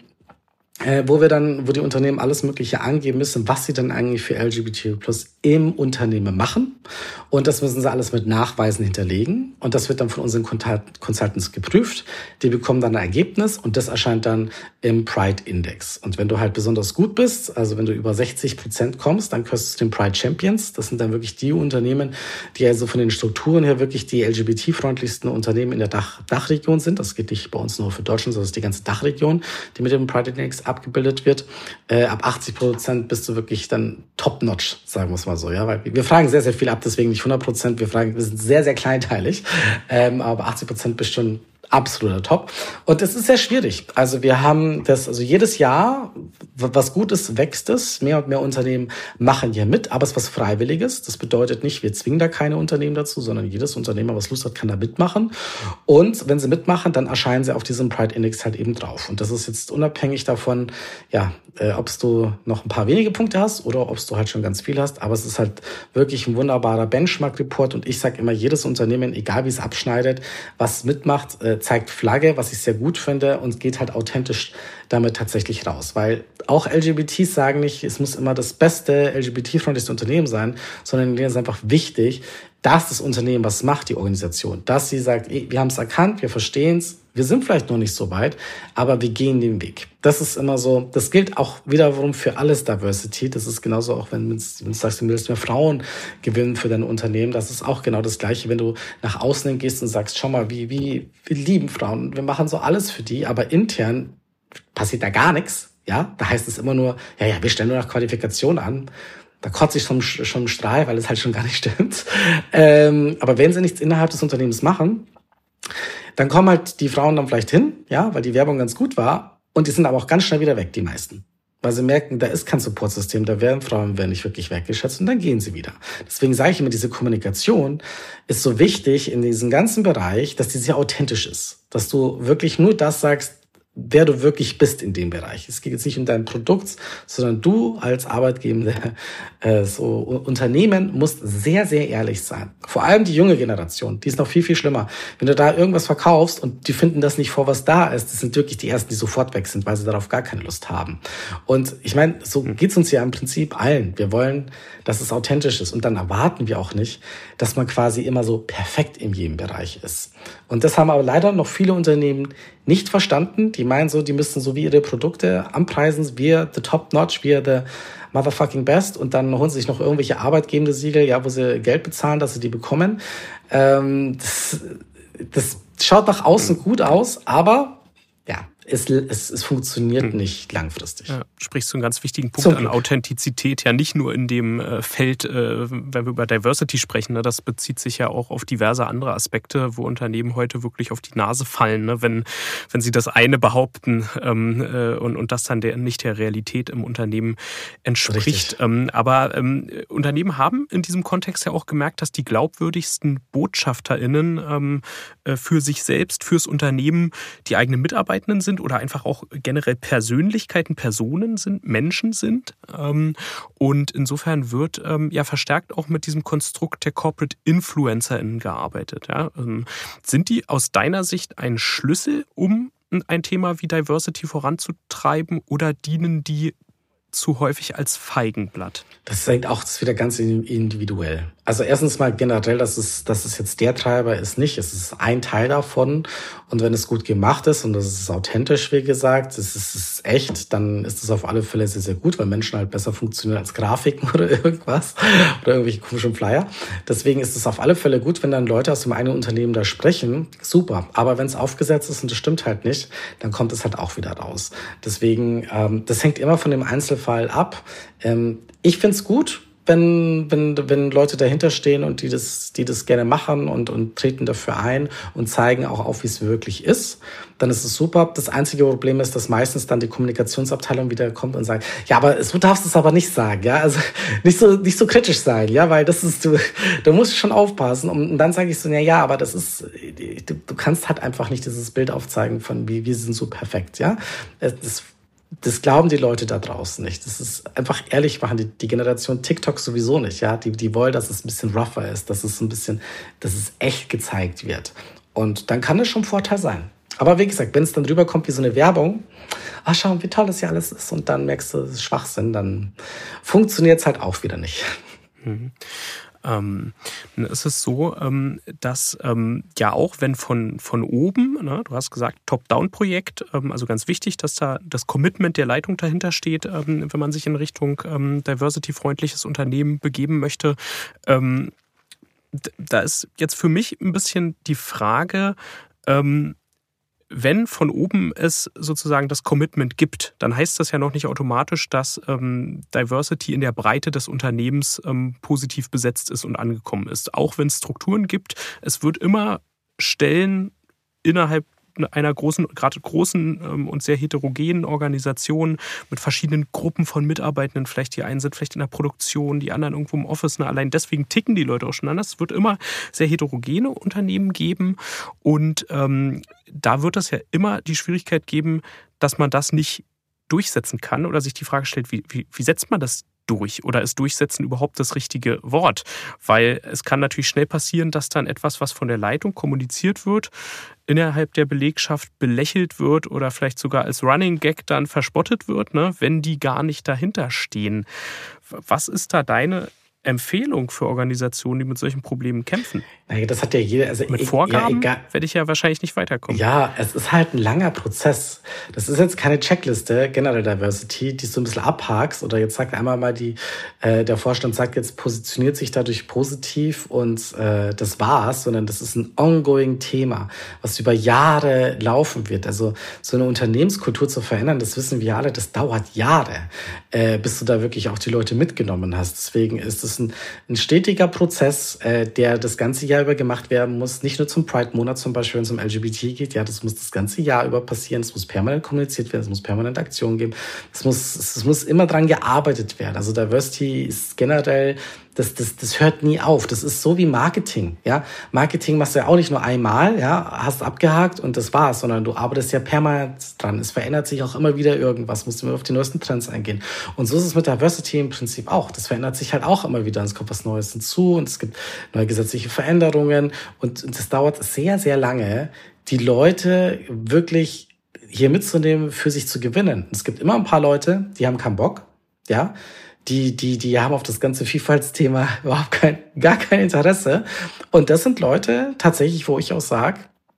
Äh, wo wir dann, wo die Unternehmen alles Mögliche angeben müssen, was sie dann eigentlich für L G B T Q plus im Unternehmen machen. Und das müssen sie alles mit Nachweisen hinterlegen. Und das wird dann von unseren Consultants geprüft. Die bekommen dann ein Ergebnis und das erscheint dann im Pride Index. Und wenn du halt besonders gut bist, also wenn du über sechzig Prozent kommst, dann gehörst du zu den Pride Champions. Das sind dann wirklich die Unternehmen, die also von den Strukturen her wirklich die L G B T-freundlichsten Unternehmen in der Dach Dachregion sind. Das geht nicht bei uns nur für Deutschland, sondern das ist die ganze Dachregion, die mit dem Pride Index abgebildet wird. Äh, ab achtzig Prozent bist du wirklich dann top-notch, sagen wir es mal so. Ja, weil wir fragen sehr, sehr viel ab, deswegen nicht hundert Prozent. Wir fragen, wir sind sehr, sehr kleinteilig. Ähm, aber achtzig Prozent bist schon absoluter Top. Und es ist sehr schwierig. Also wir haben das, also jedes Jahr, was gut ist, wächst es. Mehr und mehr Unternehmen machen hier mit, aber es ist was Freiwilliges. Das bedeutet nicht, wir zwingen da keine Unternehmen dazu, sondern jedes Unternehmer, was Lust hat, kann da mitmachen. Und wenn sie mitmachen, dann erscheinen sie auf diesem Pride Index halt eben drauf. Und das ist jetzt unabhängig davon, ja, äh, ob du noch ein paar wenige Punkte hast oder ob du halt schon ganz viel hast. Aber es ist halt wirklich ein wunderbarer Benchmark-Report. Und ich sage immer, jedes Unternehmen, egal wie es abschneidet, was mitmacht, äh, zeigt Flagge, was ich sehr gut finde, und geht halt authentisch damit tatsächlich raus. Weil auch L G B Ts sagen nicht, es muss immer das beste L G B T-freundlichste Unternehmen sein, sondern denen ist einfach wichtig, dass das Unternehmen was macht, die Organisation. Dass sie sagt, wir haben es erkannt, wir verstehen es, wir sind vielleicht noch nicht so weit, aber wir gehen den Weg. Das ist immer so, das gilt auch wiederum für alles Diversity. Das ist genauso auch, wenn du sagst, du willst mehr Frauen gewinnen für dein Unternehmen. Das ist auch genau das Gleiche, wenn du nach außen gehst und sagst, schau mal, wie, wie, wir lieben Frauen, wir machen so alles für die, aber intern passiert da gar nichts. Ja, da heißt es immer nur, ja, ja, wir stellen nur nach Qualifikation an. Da kotze ich schon, schon im Strahl, weil es halt schon gar nicht stimmt. Ähm, aber wenn sie nichts innerhalb des Unternehmens machen, dann kommen halt die Frauen dann vielleicht hin, ja, weil die Werbung ganz gut war, und die sind aber auch ganz schnell wieder weg, die meisten. Weil sie merken, da ist kein Supportsystem, da werden Frauen werden nicht wirklich wertgeschätzt, und dann gehen sie wieder. Deswegen sage ich immer, diese Kommunikation ist so wichtig in diesem ganzen Bereich, dass die sehr authentisch ist. Dass du wirklich nur das sagst, wer du wirklich bist in dem Bereich. Es geht jetzt nicht um dein Produkt, sondern du als arbeitgebende äh, so Unternehmen musst sehr, sehr ehrlich sein. Vor allem die junge Generation, die ist noch viel, viel schlimmer. Wenn du da irgendwas verkaufst und die finden das nicht vor, was da ist, das sind wirklich die Ersten, die sofort weg sind, weil sie darauf gar keine Lust haben. Und ich meine, so geht's uns ja im Prinzip allen. Wir wollen, dass es authentisch ist, und dann erwarten wir auch nicht, dass man quasi immer so perfekt in jedem Bereich ist. Und das haben aber leider noch viele Unternehmen nicht verstanden. Die meinen so, die müssten so wie ihre Produkte anpreisen, wir the top notch, wir the motherfucking best, und dann holen sie sich noch irgendwelche arbeitgebende Siegel, ja, wo sie Geld bezahlen, dass sie die bekommen. Ähm, das, das schaut nach außen gut aus, aber ja, es, es, es funktioniert hm. nicht langfristig. Ja, sprichst du einen ganz wichtigen Punkt Zum an Glück. Authentizität, ja nicht nur in dem äh, Feld, äh, wenn wir über Diversity sprechen, ne, das bezieht sich ja auch auf diverse andere Aspekte, wo Unternehmen heute wirklich auf die Nase fallen, ne, wenn, wenn sie das eine behaupten ähm, äh, und, und das dann der, nicht der Realität im Unternehmen entspricht. Ähm, aber ähm, Unternehmen haben in diesem Kontext ja auch gemerkt, dass die glaubwürdigsten BotschafterInnen ähm, äh, für sich selbst, fürs Unternehmen die eigenen Mitarbeitenden sind oder einfach auch generell Persönlichkeiten, Personen sind, Menschen sind. Und insofern wird ja verstärkt auch mit diesem Konstrukt der Corporate InfluencerInnen gearbeitet. Ja? Sind die aus deiner Sicht ein Schlüssel, um ein Thema wie Diversity voranzutreiben, oder dienen die zu häufig als Feigenblatt? Das ist auch das ist wieder ganz individuell. Also erstens mal generell, dass es, dass es jetzt der Treiber ist, nicht. Es ist ein Teil davon. Und wenn es gut gemacht ist und das ist authentisch, wie gesagt, es ist, es ist echt, dann ist es auf alle Fälle sehr, sehr gut, weil Menschen halt besser funktionieren als Grafiken oder irgendwas oder irgendwelche komischen Flyer. Deswegen ist es auf alle Fälle gut, wenn dann Leute aus dem einen Unternehmen da sprechen. Super. Aber wenn es aufgesetzt ist und das stimmt halt nicht, dann kommt es halt auch wieder raus. Deswegen, ähm, das hängt immer von dem Einzelfall ab. Ähm, ich find's gut, wenn, wenn, wenn Leute dahinter stehen und die das, die das gerne machen und, und treten dafür ein und zeigen auch auf, wie es wirklich ist, dann ist es super. Das einzige Problem ist, dass meistens dann die Kommunikationsabteilung wieder kommt und sagt, ja, aber du darfst es aber nicht sagen, ja, also nicht so, nicht so kritisch sein, ja, weil das ist, du, da musst du schon aufpassen. Und dann sage ich so, ja, ja, aber das ist, du, du kannst halt einfach nicht dieses Bild aufzeigen von, wie, wir sind so perfekt, ja. Das, Das glauben die Leute da draußen nicht. Das ist einfach ehrlich machen, die, die Generation TikTok sowieso nicht. Ja, die, die wollen, dass es ein bisschen rougher ist, dass es ein bisschen, dass es echt gezeigt wird. Und dann kann das schon ein Vorteil sein. Aber wie gesagt, wenn es dann rüberkommt wie so eine Werbung, ach schau, wie toll das hier alles ist, und dann merkst du, das ist Schwachsinn, dann funktioniert es halt auch wieder nicht. Mhm. Ähm, es ist so, ähm, dass ähm, ja auch, wenn von, von oben, ne, du hast gesagt, Top-Down-Projekt, ähm, also ganz wichtig, dass da das Commitment der Leitung dahinter steht, ähm, wenn man sich in Richtung ähm, diversity-freundliches Unternehmen begeben möchte. Ähm, da ist jetzt für mich ein bisschen die Frage, ähm, wenn von oben es sozusagen das Commitment gibt, dann heißt das ja noch nicht automatisch, dass ähm, Diversity in der Breite des Unternehmens ähm, positiv besetzt ist und angekommen ist. Auch wenn es Strukturen gibt, es wird immer Stellen innerhalb einer großen, gerade großen ähm, und sehr heterogenen Organisation mit verschiedenen Gruppen von Mitarbeitenden, vielleicht die einen sind vielleicht in der Produktion, die anderen irgendwo im Office, ne? Allein deswegen ticken die Leute auch schon anders. Es wird immer sehr heterogene Unternehmen geben und ähm, da wird es ja immer die Schwierigkeit geben, dass man das nicht durchsetzen kann oder sich die Frage stellt, wie, wie, wie setzt man das durch? Oder ist durchsetzen überhaupt das richtige Wort? Weil es kann natürlich schnell passieren, dass dann etwas, was von der Leitung kommuniziert wird, innerhalb der Belegschaft belächelt wird oder vielleicht sogar als Running Gag dann verspottet wird, ne, wenn die gar nicht dahinter stehen. Was ist da deine Empfehlung für Organisationen, die mit solchen Problemen kämpfen? Naja, das hat ja jeder. Also mit Vorgaben ja, werde ich ja wahrscheinlich nicht weiterkommen. Ja, es ist halt ein langer Prozess. Das ist jetzt keine Checkliste, General Diversity, die du so ein bisschen abhakst oder jetzt sagt einmal mal die, äh, der Vorstand sagt jetzt, positioniert sich dadurch positiv und äh, das war's, sondern das ist ein ongoing Thema, was über Jahre laufen wird. Also so eine Unternehmenskultur zu verändern, das wissen wir alle, das dauert Jahre, äh, bis du da wirklich auch die Leute mitgenommen hast. Deswegen ist es ein, ein stetiger Prozess, äh, der das ganze Jahr über gemacht werden muss. Nicht nur zum Pride-Monat zum Beispiel, wenn es um L G B T geht. Ja, das muss das ganze Jahr über passieren. Es muss permanent kommuniziert werden. Es muss permanent Aktionen geben. Es muss, es muss immer dran gearbeitet werden. Also Diversity ist generell, das, das, das hört nie auf. Das ist so wie Marketing. Ja, Marketing machst du ja auch nicht nur einmal, ja, hast abgehakt und das war's, sondern du arbeitest ja permanent dran. Es verändert sich auch immer wieder irgendwas. Musst du immer auf die neuesten Trends eingehen. Und so ist es mit Diversity im Prinzip auch. Das verändert sich halt auch immer wieder. Es kommt was Neues hinzu und es gibt neue gesetzliche Veränderungen und das dauert sehr, sehr lange, die Leute wirklich hier mitzunehmen, für sich zu gewinnen. Es gibt immer ein paar Leute, die haben keinen Bock, ja, die, die, die haben auf das ganze Vielfaltsthema überhaupt kein, gar kein Interesse. Und das sind Leute tatsächlich, wo ich auch sage,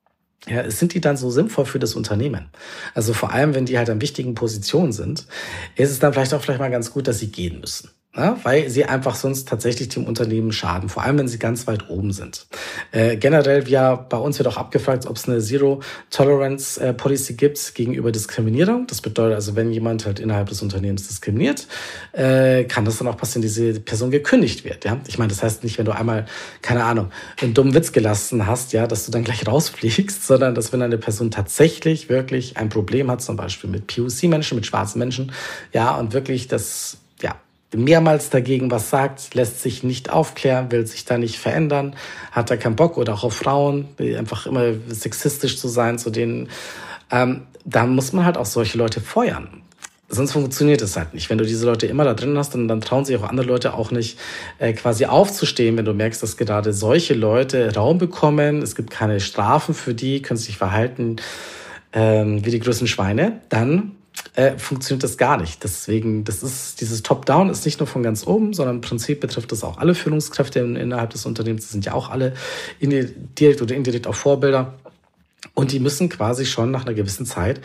ja, sind die dann so sinnvoll für das Unternehmen? Also vor allem, wenn die halt an wichtigen Positionen sind, ist es dann vielleicht auch vielleicht mal ganz gut, dass sie gehen müssen. Ja, weil sie einfach sonst tatsächlich dem Unternehmen schaden, vor allem wenn sie ganz weit oben sind. Äh, generell, ja, bei uns wird auch abgefragt, ob es eine Zero-Tolerance-Policy äh, gibt gegenüber Diskriminierung. Das bedeutet also, wenn jemand halt innerhalb des Unternehmens diskriminiert, äh, kann das dann auch passieren, dass diese Person gekündigt wird. Ja, ich meine, das heißt nicht, wenn du einmal, keine Ahnung, einen dummen Witz gelassen hast, ja, dass du dann gleich rausfliegst, sondern dass wenn eine Person tatsächlich wirklich ein Problem hat, zum Beispiel mit P O C-Menschen, mit schwarzen Menschen, ja, und wirklich das, ja, mehrmals dagegen was sagt, lässt sich nicht aufklären, will sich da nicht verändern, hat da keinen Bock oder auch auf Frauen, einfach immer sexistisch zu sein zu denen, ähm, da muss man halt auch solche Leute feuern. Sonst funktioniert es halt nicht. Wenn du diese Leute immer da drin hast, dann, dann trauen sich auch andere Leute auch nicht äh, quasi aufzustehen, wenn du merkst, dass gerade solche Leute Raum bekommen, es gibt keine Strafen für die, können sich verhalten ähm, wie die größten Schweine, dann Äh, funktioniert das gar nicht. Deswegen, das ist, dieses Top-Down ist nicht nur von ganz oben, sondern im Prinzip betrifft das auch alle Führungskräfte in, innerhalb des Unternehmens. Das sind ja auch alle direkt oder indirekt auch Vorbilder. Und die müssen quasi schon nach einer gewissen Zeit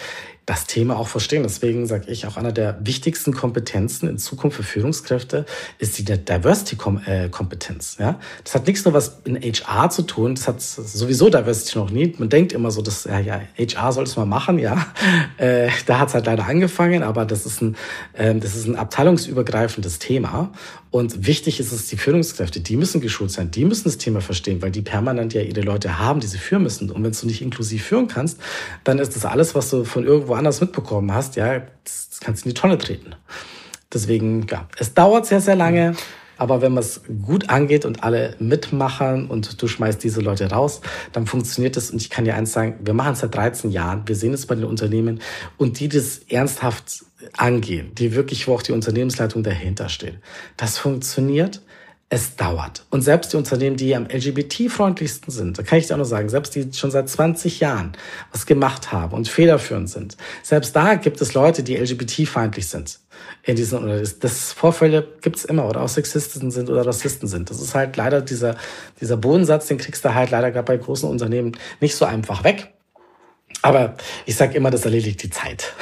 das Thema auch verstehen. Deswegen sage ich, auch einer der wichtigsten Kompetenzen in Zukunft für Führungskräfte ist die Diversity-Kompetenz. Ja? Das hat nichts nur was in H R zu tun, das hat sowieso Diversity noch nie. Man denkt immer so, dass, ja, ja, H R soll es mal machen, ja. Äh, da hat es halt leider angefangen, aber das ist ein, äh, das ist ein abteilungsübergreifendes Thema. Und wichtig ist es, die Führungskräfte, die müssen geschult sein, die müssen das Thema verstehen, weil die permanent ja ihre Leute haben, die sie führen müssen. Und wenn du nicht inklusiv führen kannst, dann ist das alles, was du von irgendwo anders mitbekommen hast, ja, das kannst du in die Tonne treten. Deswegen, ja, es dauert sehr, sehr lange, aber wenn man es gut angeht und alle mitmachen und du schmeißt diese Leute raus, dann funktioniert es. Und ich kann dir eins sagen, wir machen es seit dreizehn Jahren, wir sehen es bei den Unternehmen und die das ernsthaft angehen, die wirklich, wo auch die Unternehmensleitung dahinter steht. Das funktioniert. Es dauert. Und selbst die Unternehmen, die am L G B T-freundlichsten sind, da kann ich dir auch noch sagen, selbst die schon seit zwanzig Jahren was gemacht haben und federführend sind, selbst da gibt es Leute, die L G B T-feindlich sind. In diesen, oder das Vorfälle gibt's immer, oder auch Sexisten sind oder Rassisten sind. Das ist halt leider dieser, dieser Bodensatz, den kriegst du halt leider gerade bei großen Unternehmen nicht so einfach weg. Aber ich sag immer, das erledigt die Zeit.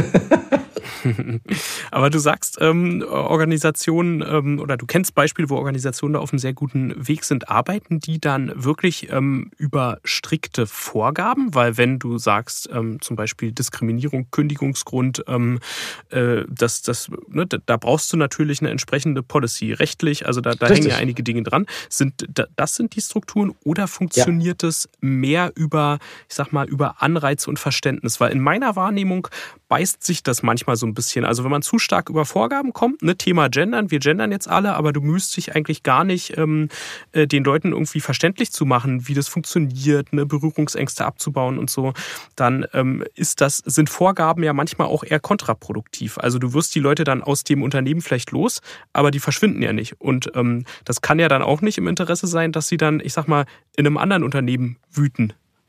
Aber du sagst, ähm, Organisationen ähm, oder du kennst Beispiele, wo Organisationen da auf einem sehr guten Weg sind. Arbeiten die dann wirklich ähm, über strikte Vorgaben? Weil wenn du sagst, ähm, zum Beispiel Diskriminierung, Kündigungsgrund, ähm, äh, das, das, ne, da brauchst du natürlich eine entsprechende Policy rechtlich. Also da, da hängen ja einige Dinge dran. Sind, das sind die Strukturen oder funktioniert ja. es mehr über, ich sag mal, über Anreize und Verständnis? Weil in meiner Wahrnehmung beißt sich das manchmal so ein bisschen. Also wenn man zu stark über Vorgaben kommt, ne, Thema Gendern, wir gendern jetzt alle, aber du müsst dich eigentlich gar nicht ähm, äh, den Leuten irgendwie verständlich zu machen, wie das funktioniert, ne, Berührungsängste abzubauen und so, dann ähm, ist das, sind Vorgaben ja manchmal auch eher kontraproduktiv. Also du wirst die Leute dann aus dem Unternehmen vielleicht los, aber die verschwinden ja nicht. Und ähm, das kann ja dann auch nicht im Interesse sein, dass sie dann, ich sag mal, in einem anderen Unternehmen wüten.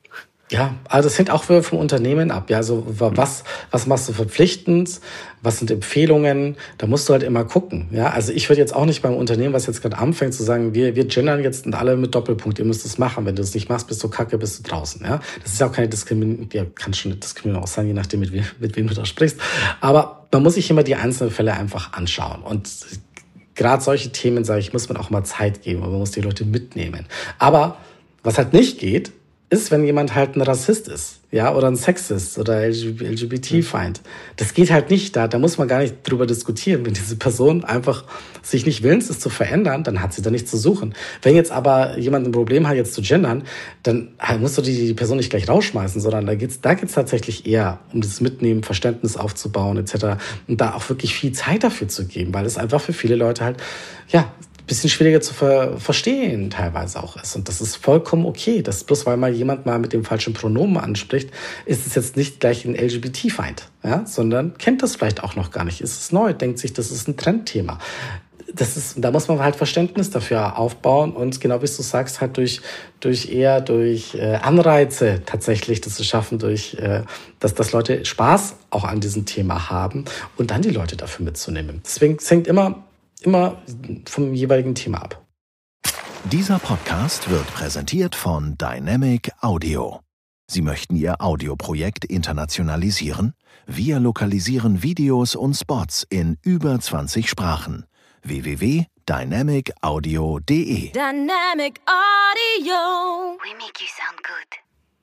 Ja, also das hängt auch vom Unternehmen ab. Ja, also was, was machst du verpflichtend? Was sind Empfehlungen? Da musst du halt immer gucken. Ja, also ich würde jetzt auch nicht beim Unternehmen, was jetzt gerade anfängt, zu sagen, wir, wir gendern jetzt und alle mit Doppelpunkt. Ihr müsst es machen. Wenn du es nicht machst, bist du kacke, bist du draußen. Ja, das ist auch keine Diskriminierung. Ja, kann schon eine Diskriminierung auch sein, je nachdem, mit, wem, mit wem du da sprichst. Aber man muss sich immer die einzelnen Fälle einfach anschauen. Und gerade solche Themen, sage ich, muss man auch mal Zeit geben. Und man muss die Leute mitnehmen. Aber was halt nicht geht, ist, wenn jemand halt ein Rassist ist, ja, oder ein Sexist oder L G B T-Feind. Das geht halt nicht, da, da muss man gar nicht drüber diskutieren. Wenn diese Person einfach sich nicht willens ist zu verändern, dann hat sie da nichts zu suchen. Wenn jetzt aber jemand ein Problem hat, jetzt zu gendern, dann musst du die, die Person nicht gleich rausschmeißen, sondern da geht's, da geht's tatsächlich eher um das Mitnehmen, Verständnis aufzubauen, et cetera. Und da auch wirklich viel Zeit dafür zu geben, weil es einfach für viele Leute halt, ja, bisschen schwieriger zu ver- verstehen teilweise auch ist. Und das ist vollkommen okay. Das bloß weil mal jemand mal mit dem falschen Pronomen anspricht, ist es jetzt nicht gleich ein L G B T-Feind, ja, sondern kennt das vielleicht auch noch gar nicht. Ist es neu, denkt sich, das ist ein Trendthema. Das ist, da muss man halt Verständnis dafür aufbauen und genau wie du sagst, halt durch, durch eher durch äh, Anreize tatsächlich das zu schaffen, durch, äh, dass, dass Leute Spaß auch an diesem Thema haben und dann die Leute dafür mitzunehmen. Deswegen es hängt immer immer vom jeweiligen Thema ab. Dieser Podcast wird präsentiert von Dynamic Audio. Sie möchten Ihr Audioprojekt internationalisieren? Wir lokalisieren Videos und Spots in über zwanzig Sprachen. w w w punkt dynamic audio punkt d e Dynamic Audio. We make you sound good.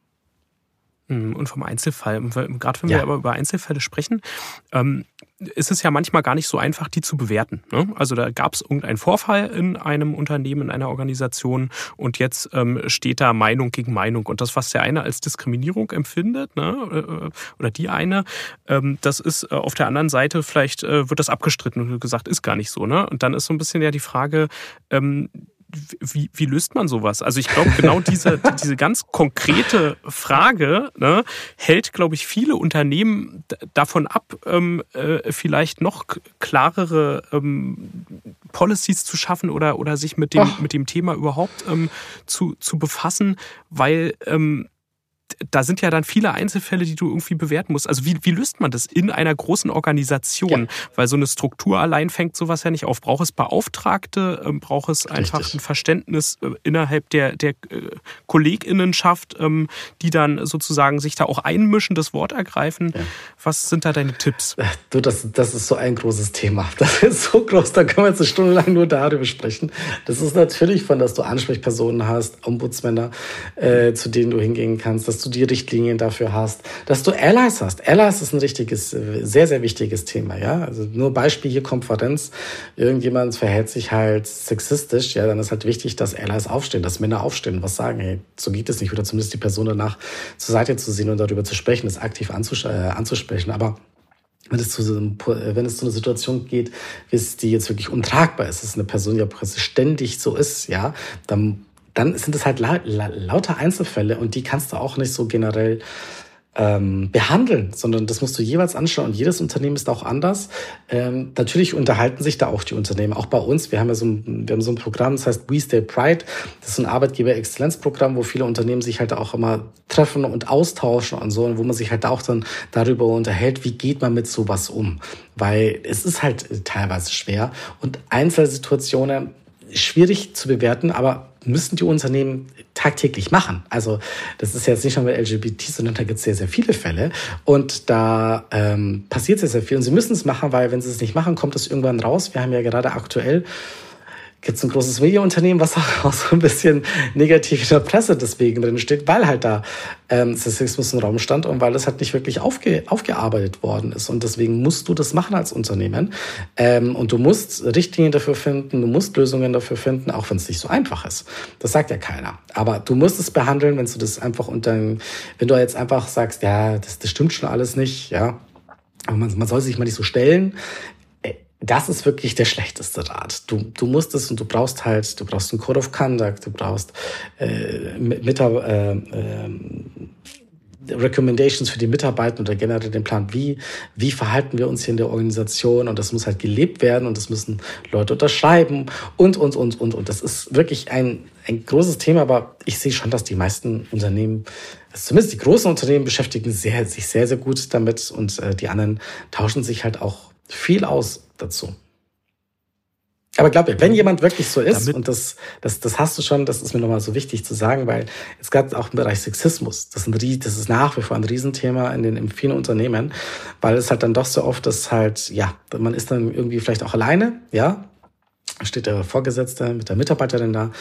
Und vom Einzelfall, gerade wenn ja. wir aber über Einzelfälle sprechen, ähm, ist es ja manchmal gar nicht so einfach, die zu bewerten. Ne? Also da gab es irgendeinen Vorfall in einem Unternehmen, in einer Organisation und jetzt ähm, steht da Meinung gegen Meinung. Und das, was der eine als Diskriminierung empfindet, ne, oder die eine, ähm, das ist äh, auf der anderen Seite, vielleicht äh, wird das abgestritten und gesagt, ist gar nicht so. Ne? Und dann ist so ein bisschen ja die Frage, ähm, Wie, wie löst man sowas? Also ich glaube, genau diese, diese ganz konkrete Frage, ne, hält, glaube ich, viele Unternehmen davon ab, ähm, äh, vielleicht noch klarere ähm, Policies zu schaffen oder, oder sich mit dem, mit dem Thema überhaupt ähm, zu, zu befassen, weil ähm, da sind ja dann viele Einzelfälle, die du irgendwie bewerten musst. Also wie, wie löst man das in einer großen Organisation? Ja. Weil so eine Struktur allein fängt sowas ja nicht auf. Braucht es Beauftragte? Braucht es einfach Richtig. ein Verständnis innerhalb der, der KollegInnenschaft, die dann sozusagen sich da auch einmischen, das Wort ergreifen? Ja. Was sind da deine Tipps? Du, das, das ist so ein großes Thema. Das ist so groß, da können wir jetzt eine Stunde lang nur darüber sprechen. Das ist natürlich von, dass du Ansprechpersonen hast, Ombudsmänner, äh, zu denen du hingehen kannst, dass du die Richtlinien dafür hast, dass du Allies hast. Allies ist ein richtiges, sehr, sehr wichtiges Thema, ja. Also nur Beispiel hier Konferenz. Irgendjemand verhält sich halt sexistisch, ja, dann ist halt wichtig, dass Allies aufstehen, dass Männer aufstehen und was sagen, hey, so geht es nicht, oder zumindest die Person danach zur Seite zu sehen und darüber zu sprechen, das aktiv anzus- äh, anzusprechen. Aber wenn es, zu so einem, wenn es zu einer Situation geht, wie es die jetzt wirklich untragbar ist, dass eine Person ja ständig so ist, ja, dann dann sind es halt la- la- lauter Einzelfälle und die kannst du auch nicht so generell ähm, behandeln, sondern das musst du jeweils anschauen und jedes Unternehmen ist auch anders. Ähm, natürlich unterhalten sich da auch die Unternehmen, auch bei uns. Wir haben ja so ein, wir haben so ein Programm, das heißt We Stay Pride. Das ist ein Arbeitgeber-Exzellenzprogramm, wo viele Unternehmen sich halt auch immer treffen und austauschen und so, und wo man sich halt auch dann darüber unterhält, wie geht man mit sowas um. Weil es ist halt teilweise schwer und Einzelsituationen schwierig zu bewerten, aber müssen die Unternehmen tagtäglich machen. Also das ist jetzt nicht nur mit L G B T, sondern da gibt es sehr, sehr viele Fälle. Und da ähm, passiert sehr, sehr viel. Und sie müssen es machen, weil wenn sie es nicht machen, kommt es irgendwann raus. Wir haben ja gerade aktuell gibt es ein großes Medienunternehmen, was auch so ein bisschen negativ in der Presse deswegen drin steht, weil halt da ähm, Sexismus im Raum stand und weil das halt nicht wirklich aufge, aufgearbeitet worden ist. Und deswegen musst du das machen als Unternehmen. Ähm, und du musst Richtlinien dafür finden, du musst Lösungen dafür finden, auch wenn es nicht so einfach ist. Das sagt ja keiner. Aber du musst es behandeln, wenn du das einfach unter, wenn du jetzt einfach sagst, ja, das, das stimmt schon alles nicht, ja. Aber man, man soll sich mal nicht so stellen. Das ist wirklich der schlechteste Rat. Du, du musst es und du brauchst halt, du brauchst einen Code of Conduct, du brauchst äh, mit, äh, äh, Recommendations für die Mitarbeiter oder generell den Plan, wie, wie verhalten wir uns hier in der Organisation, und das muss halt gelebt werden und das müssen Leute unterschreiben und, und, und, und, und. Das ist wirklich ein, ein großes Thema, aber ich sehe schon, dass die meisten Unternehmen, also zumindest die großen Unternehmen, beschäftigen sehr, sich sehr, sehr gut damit, und äh, die anderen tauschen sich halt auch viel aus dazu. Aber glaub mir, wenn jemand wirklich so ist, Damit und das, das, das hast du schon, das ist mir nochmal so wichtig zu sagen, weil es gab auch im Bereich Sexismus, das ist, ein, das ist nach wie vor ein Riesenthema in den in vielen Unternehmen, weil es halt dann doch so oft ist halt, ja, man ist dann irgendwie vielleicht auch alleine, ja, steht der Vorgesetzte mit der Mitarbeiterin da,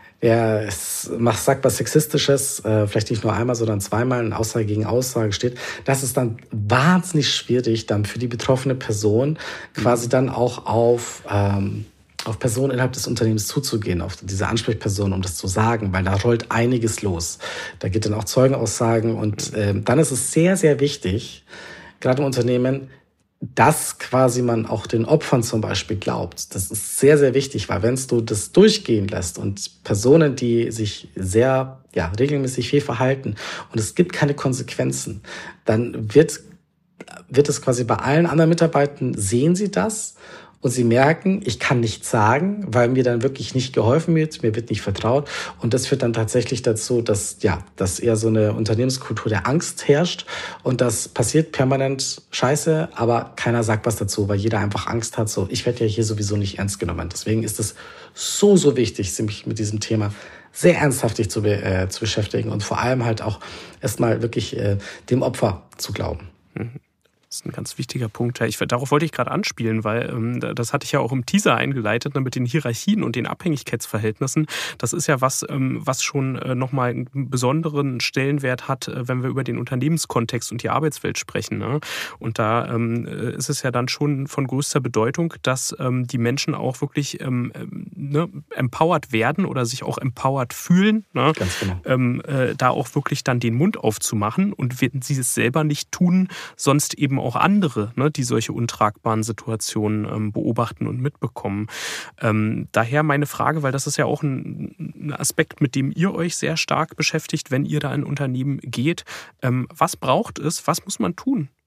der macht, sagt was Sexistisches, äh, vielleicht nicht nur einmal, sondern zweimal, eine Aussage gegen Aussage steht. Das ist dann wahnsinnig schwierig, dann für die betroffene Person quasi dann auch auf, ähm, auf Personen innerhalb des Unternehmens zuzugehen, auf diese Ansprechperson, um das zu sagen, weil da rollt einiges los. Da geht dann auch Zeugenaussagen, und äh, dann ist es sehr, sehr wichtig, gerade im Unternehmen, dass quasi man auch den Opfern zum Beispiel glaubt. Das ist sehr, sehr wichtig, weil wenn du das durchgehen lässt und Personen, die sich sehr, ja, regelmäßig viel verhalten und es gibt keine Konsequenzen, dann wird, wird es quasi bei allen anderen Mitarbeitern, sehen sie das und sie merken, ich kann nichts sagen, weil mir dann wirklich nicht geholfen wird, mir wird nicht vertraut, und das führt dann tatsächlich dazu, dass, ja, dass eher so eine Unternehmenskultur der Angst herrscht, und das passiert permanent Scheiße, aber keiner sagt was dazu, weil jeder einfach Angst hat, so, ich werde ja hier sowieso nicht ernst genommen. Deswegen ist es so, so wichtig, sich mit diesem Thema sehr ernsthaftig zu, be- äh, zu beschäftigen und vor allem halt auch erstmal wirklich äh, dem Opfer zu glauben. Mhm. Das ist ein ganz wichtiger Punkt. Ich, darauf wollte ich gerade anspielen, weil ähm, das hatte ich ja auch im Teaser eingeleitet, ne, mit den Hierarchien und den Abhängigkeitsverhältnissen. Das ist ja was, ähm, was schon äh, nochmal einen besonderen Stellenwert hat, äh, wenn wir über den Unternehmenskontext und die Arbeitswelt sprechen. Ne? Und da ähm, ist es ja dann schon von größter Bedeutung, dass ähm, die Menschen auch wirklich ähm, ne, empowered werden oder sich auch empowered fühlen. Ne? Ganz genau. Ähm, äh, da auch wirklich dann den Mund aufzumachen, und wenn sie es selber nicht tun, sonst eben auch andere, ne, die solche untragbaren Situationen ähm, beobachten und mitbekommen. Ähm, daher meine Frage, weil das ist ja auch ein, ein Aspekt, mit dem ihr euch sehr stark beschäftigt, wenn ihr da in ein Unternehmen geht. Ähm, was braucht es, was muss man tun,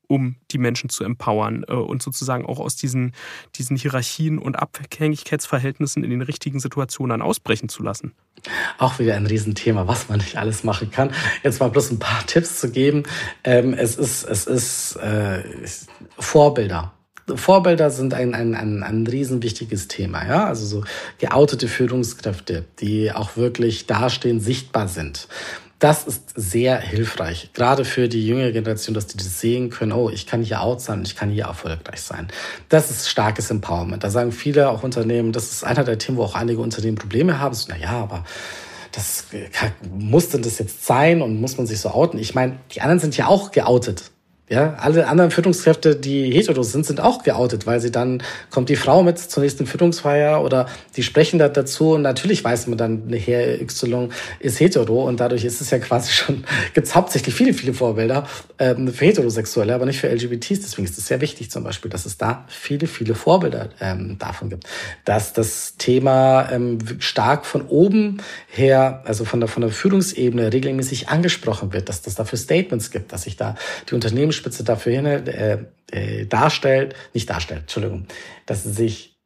um die Menschen zu empowern äh, und sozusagen auch aus diesen, diesen Hierarchien und Abhängigkeitsverhältnissen in den richtigen Situationen ausbrechen zu lassen? Auch wieder ein Riesenthema, was man nicht alles machen kann. Jetzt mal bloß ein paar Tipps zu geben. Ähm, es ist, es ist äh, Vorbilder. Vorbilder sind ein, ein, ein, ein riesenwichtiges Thema, ja. Also so geoutete Führungskräfte, die auch wirklich dastehen, sichtbar sind. Das ist sehr hilfreich, gerade für die jüngere Generation, dass die das sehen können, oh, ich kann hier out sein und ich kann hier erfolgreich sein. Das ist starkes Empowerment. Da sagen viele auch Unternehmen, das ist einer der Themen, wo auch einige Unternehmen Probleme haben. So, na ja, aber das kann, muss denn das jetzt sein und muss man sich so outen? Ich meine, die anderen sind ja auch geoutet. Ja, alle anderen Führungskräfte, die heteros sind, sind auch geoutet, weil sie dann kommt die Frau mit zur nächsten Führungsfeier oder die sprechen da dazu und natürlich weiß man dann, Herr Y ist hetero und dadurch ist es ja quasi schon, gibt's hauptsächlich viele, viele Vorbilder ähm, für Heterosexuelle, aber nicht für L G B Ts. Deswegen ist es sehr wichtig zum Beispiel, dass es da viele, viele Vorbilder ähm, davon gibt. Dass das Thema ähm, stark von oben her, also von der, von der Führungsebene regelmäßig angesprochen wird, dass das dafür Statements gibt, dass sich da die Unternehmen Spitze dafür hin, äh, äh, darstellt, nicht darstellt, Entschuldigung, dass sie sich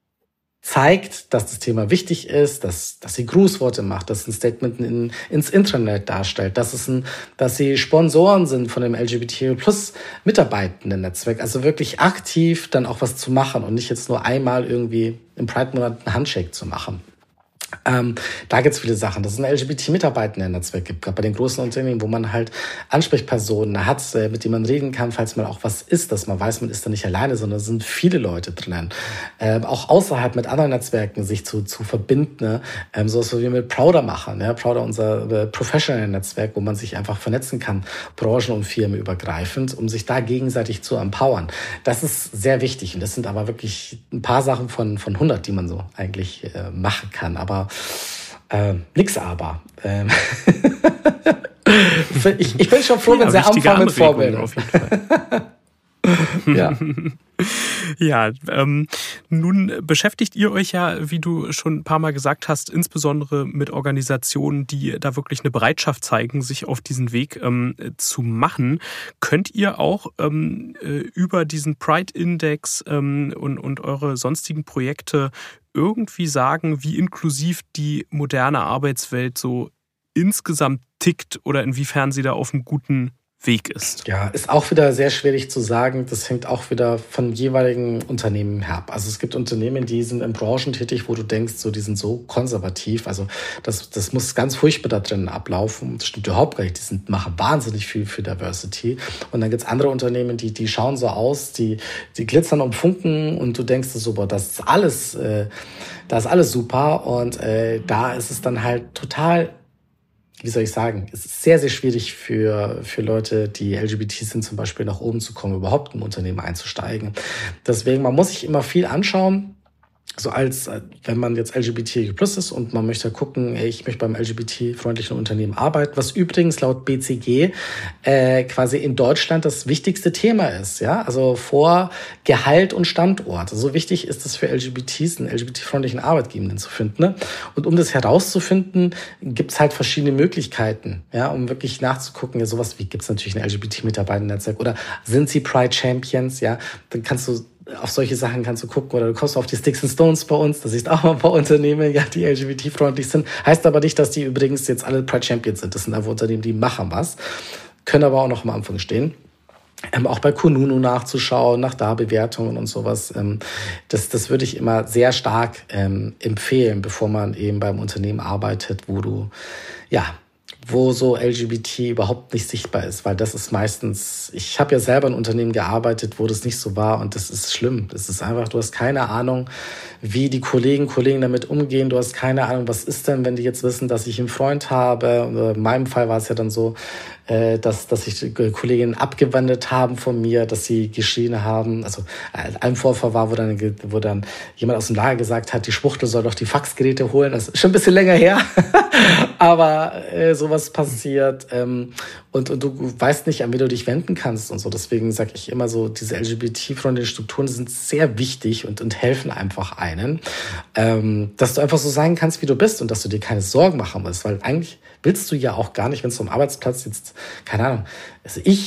zeigt, dass das Thema wichtig ist, dass, dass sie Grußworte macht, dass ein Statement in, ins Intranet darstellt, dass es ein, dass sie Sponsoren sind von dem L G B T plus Mitarbeitenden Netzwerk, also wirklich aktiv dann auch was zu machen und nicht jetzt nur einmal irgendwie im Pride-Monat einen Handshake zu machen. Ähm, da gibt's viele Sachen, dass es ein L G B T-Mitarbeitenden-Netzwerk gibt, gerade bei den großen Unternehmen, wo man halt Ansprechpersonen hat, äh, mit denen man reden kann, falls man auch was ist, dass man weiß, man ist da nicht alleine, sondern es sind viele Leute drinnen. Ähm, auch außerhalb mit anderen Netzwerken sich zu, zu verbinden, ne? ähm, so was wir mit Prouder machen. Ja? Prouder, unser äh, Professional-Netzwerk, wo man sich einfach vernetzen kann, branchen- und firmenübergreifend, um sich da gegenseitig zu empowern. Das ist sehr wichtig und das sind aber wirklich ein paar Sachen von, von hundert, die man so eigentlich äh, machen kann. Aber Äh, nix aber. Ähm ich, ich bin schon froh, ja, wenn sie anfangen mit Vorbildern. Auf jeden Fall. Ja. Ja, ähm, nun beschäftigt ihr euch ja, wie du schon ein paar Mal gesagt hast, insbesondere mit Organisationen, die da wirklich eine Bereitschaft zeigen, sich auf diesen Weg ähm, zu machen. Könnt ihr auch ähm, über diesen Pride-Index ähm, und, und eure sonstigen Projekte irgendwie sagen, wie inklusiv die moderne Arbeitswelt so insgesamt tickt oder inwiefern sie da auf einem guten Weg ist? Ja, ist auch wieder sehr schwierig zu sagen. Das hängt auch wieder von jeweiligen Unternehmen ab. Also es gibt Unternehmen, die sind in Branchen tätig, wo du denkst, so die sind so konservativ. Also das, das muss ganz furchtbar da drin ablaufen. Das stimmt überhaupt gar nicht. Die sind, machen wahnsinnig viel für Diversity. Und dann gibt's andere Unternehmen, die, die schauen so aus, die, die glitzern und funken und du denkst so, boah, das ist alles, äh, das ist alles super. Und äh, da ist es dann halt total, wie soll ich sagen, es ist sehr, sehr schwierig für, für Leute, die L G B T sind, zum Beispiel nach oben zu kommen, überhaupt im Unternehmen einzusteigen. Deswegen, man muss sich immer viel anschauen, so als, wenn man jetzt L G B T plus ist und man möchte gucken, ey, ich möchte beim L G B T-freundlichen Unternehmen arbeiten, was übrigens laut B C G äh, quasi in Deutschland das wichtigste Thema ist, ja, also vor Gehalt und Standort. So wichtig ist es für L G B Ts, einen L G B T-freundlichen Arbeitgebenden zu finden, ne? Und um das herauszufinden, gibt's halt verschiedene Möglichkeiten, ja, um wirklich nachzugucken, ja, sowas wie, gibt's natürlich ein L G B T-Mitarbeiter-Netzwerk oder sind sie Pride Champions, ja, dann kannst du auf solche Sachen kannst du gucken oder du kommst auf die Sticks and Stones bei uns, da siehst du auch mal ein paar Unternehmen, ja, die L G B T-freundlich sind. Heißt aber nicht, dass die übrigens jetzt alle Pride Champions sind. Das sind einfach Unternehmen, die machen was, können aber auch noch am Anfang stehen. Ähm, auch bei Kununu nachzuschauen, nach da Bewertungen und sowas. Ähm, das, das würde ich immer sehr stark ähm, empfehlen, bevor man eben beim Unternehmen arbeitet, wo du, ja, wo so L G B T überhaupt nicht sichtbar ist, weil das ist meistens, ich habe ja selber in Unternehmen gearbeitet, wo das nicht so war und das ist schlimm. Das ist einfach, du hast keine Ahnung, wie die Kollegen, Kollegen damit umgehen. Du hast keine Ahnung, was ist denn, wenn die jetzt wissen, dass ich einen Freund habe. In meinem Fall war es ja dann so, dass, dass sich die Kolleginnen abgewendet haben von mir, dass sie geschrien haben. Also ein Vorfall war, wo dann, wo dann jemand aus dem Lager gesagt hat, die Schwuchtel soll doch die Faxgeräte holen. Das ist schon ein bisschen länger her. Aber äh, sowas passiert. Ähm, und, und du weißt nicht, an wen du dich wenden kannst und so. Deswegen sage ich immer so, diese L G B T-freundlichen Strukturen sind sehr wichtig und, und helfen einfach einen. Ähm, dass du einfach so sein kannst, wie du bist und dass du dir keine Sorgen machen musst. Weil eigentlich willst du ja auch gar nicht, wenn es am Arbeitsplatz jetzt, keine Ahnung, also ich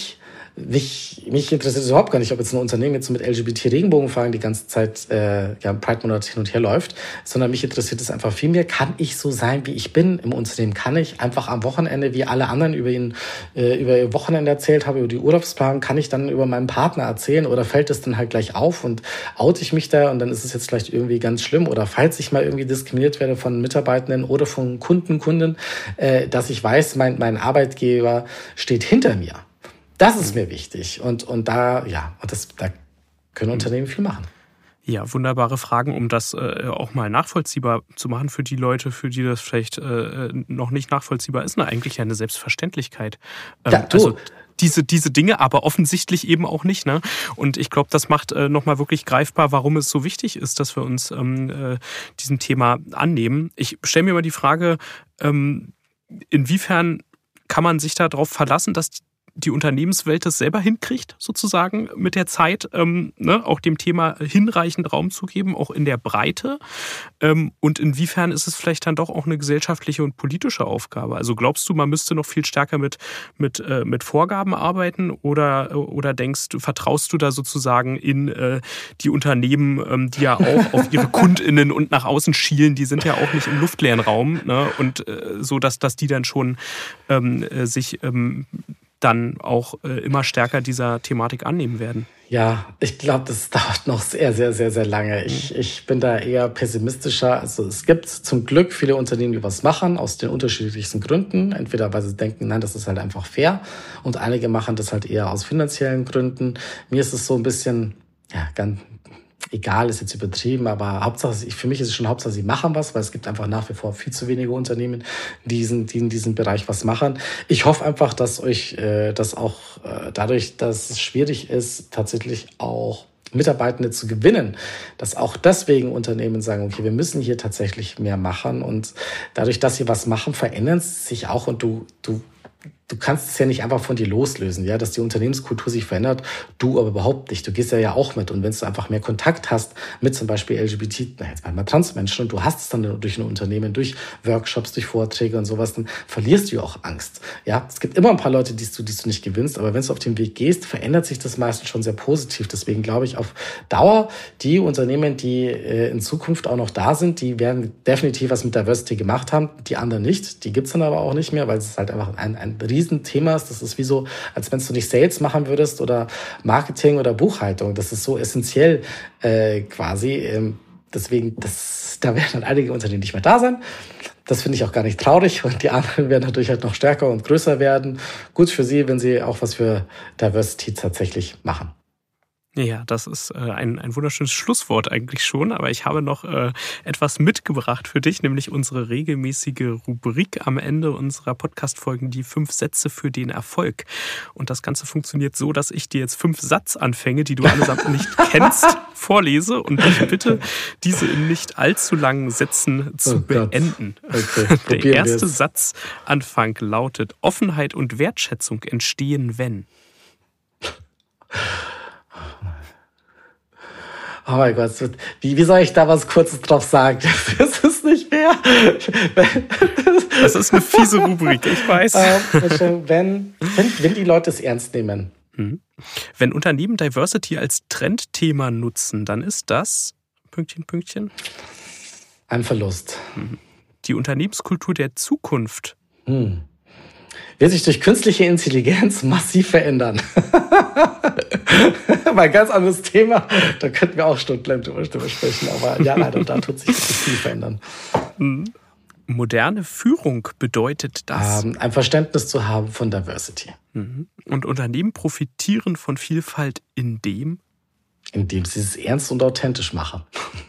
mich, mich interessiert es überhaupt gar nicht, ob jetzt ein Unternehmen jetzt mit L G B T-Regenbogenfahnen die ganze Zeit äh, ja, Pride-Monat hin und her läuft, sondern mich interessiert es einfach viel mehr, kann ich so sein, wie ich bin im Unternehmen? Kann ich einfach am Wochenende, wie alle anderen über ihn, äh, über ihr Wochenende erzählt habe, über die Urlaubsplanung, kann ich dann über meinen Partner erzählen oder fällt es dann halt gleich auf und oute ich mich da und dann ist es jetzt vielleicht irgendwie ganz schlimm oder falls ich mal irgendwie diskriminiert werde von Mitarbeitenden oder von Kunden, Kunden, äh, dass ich weiß, mein, mein Arbeitgeber steht hinter mir. Das ist mir wichtig. Und, und da, ja, und das, da können Unternehmen viel machen. Ja, wunderbare Fragen, um das äh, auch mal nachvollziehbar zu machen für die Leute, für die das vielleicht äh, noch nicht nachvollziehbar ist. Na, eigentlich ja eine Selbstverständlichkeit. Ähm, ja, du. Also diese, diese Dinge, aber offensichtlich eben auch nicht. Ne? Und ich glaube, das macht äh, nochmal wirklich greifbar, warum es so wichtig ist, dass wir uns ähm, äh, diesem Thema annehmen. Ich stelle mir mal die Frage, ähm, inwiefern kann man sich darauf verlassen, dass die Unternehmenswelt das selber hinkriegt, sozusagen mit der Zeit, ähm, ne, auch dem Thema hinreichend Raum zu geben, auch in der Breite. Ähm, und inwiefern ist es vielleicht dann doch auch eine gesellschaftliche und politische Aufgabe? Also glaubst du, man müsste noch viel stärker mit, mit, äh, mit Vorgaben arbeiten oder, oder denkst du, vertraust du da sozusagen in äh, die Unternehmen, ähm, die ja auch auf ihre KundInnen und nach außen schielen, die sind ja auch nicht im luftleeren Raum, ne? Und äh, so, dass, dass die dann schon ähm, äh, sich ähm, dann auch äh, immer stärker dieser Thematik annehmen werden? Ja, ich glaube, das dauert noch sehr, sehr, sehr, sehr lange. Ich, ich bin da eher pessimistischer. Also es gibt zum Glück viele Unternehmen, die was machen, aus den unterschiedlichsten Gründen. Entweder weil sie denken, nein, das ist halt einfach fair. Und einige machen das halt eher aus finanziellen Gründen. Mir ist es so ein bisschen, ja, ganz egal, ist jetzt übertrieben, aber Hauptsache, für mich ist es schon Hauptsache, sie machen was, weil es gibt einfach nach wie vor viel zu wenige Unternehmen, die, diesen, die in diesem Bereich was machen. Ich hoffe einfach, dass euch äh, das auch äh, dadurch, dass es schwierig ist, tatsächlich auch Mitarbeitende zu gewinnen, dass auch deswegen Unternehmen sagen, okay, wir müssen hier tatsächlich mehr machen und dadurch, dass sie was machen, verändern sie sich auch und du, du Du kannst es ja nicht einfach von dir loslösen, ja, dass die Unternehmenskultur sich verändert, du aber überhaupt nicht. Du gehst ja ja auch mit. Und wenn du einfach mehr Kontakt hast mit zum Beispiel L G B T, na jetzt mal Transmenschen, und du hast es dann durch ein Unternehmen, durch Workshops, durch Vorträge und sowas, dann verlierst du ja auch Angst. Ja, es gibt immer ein paar Leute, die du, die du nicht gewinnst, aber wenn du auf den Weg gehst, verändert sich das meistens schon sehr positiv. Deswegen glaube ich, auf Dauer, die Unternehmen, die äh, in Zukunft auch noch da sind, die werden definitiv was mit Diversity gemacht haben, die anderen nicht. Die gibt's dann aber auch nicht mehr, weil es halt einfach ein, ein Riesenthema ist. Das ist wie so, als wenn du nicht Sales machen würdest oder Marketing oder Buchhaltung. Das ist so essentiell äh, quasi. Ähm, deswegen, das, da werden dann einige Unternehmen nicht mehr da sein. Das finde ich auch gar nicht traurig. Und die anderen werden natürlich halt noch stärker und größer werden. Gut für sie, wenn sie auch was für Diversity tatsächlich machen. Ja, das ist äh, ein, ein wunderschönes Schlusswort eigentlich schon, aber ich habe noch äh, etwas mitgebracht für dich, nämlich unsere regelmäßige Rubrik am Ende unserer Podcast-Folgen, die fünf Sätze für den Erfolg. Und das Ganze funktioniert so, dass ich dir jetzt fünf Satzanfänge, die du allesamt nicht kennst, vorlese und dich bitte, diese in nicht allzu langen Sätzen zu oh beenden. Okay, der erste wir's. Satzanfang lautet: Offenheit und Wertschätzung entstehen, wenn... Oh mein Gott, wie, wie soll ich da was Kurzes drauf sagen? Das ist nicht fair. Das ist eine fiese Rubrik, ich weiß. Ähm, wenn, wenn, wenn die Leute es ernst nehmen. Wenn Unternehmen Diversity als Trendthema nutzen, dann ist das... Pünktchen, Pünktchen. Ein Verlust. Die Unternehmenskultur der Zukunft. Hm. Wird sich durch künstliche Intelligenz massiv verändern. Mal ein ganz anderes Thema. Da könnten wir auch stundenlang drüber sprechen. Aber ja, leider, da tut sich viel verändern. Moderne Führung bedeutet das? Ähm, ein Verständnis zu haben von Diversity. Und Unternehmen profitieren von Vielfalt indem? Indem sie es ernst und authentisch machen.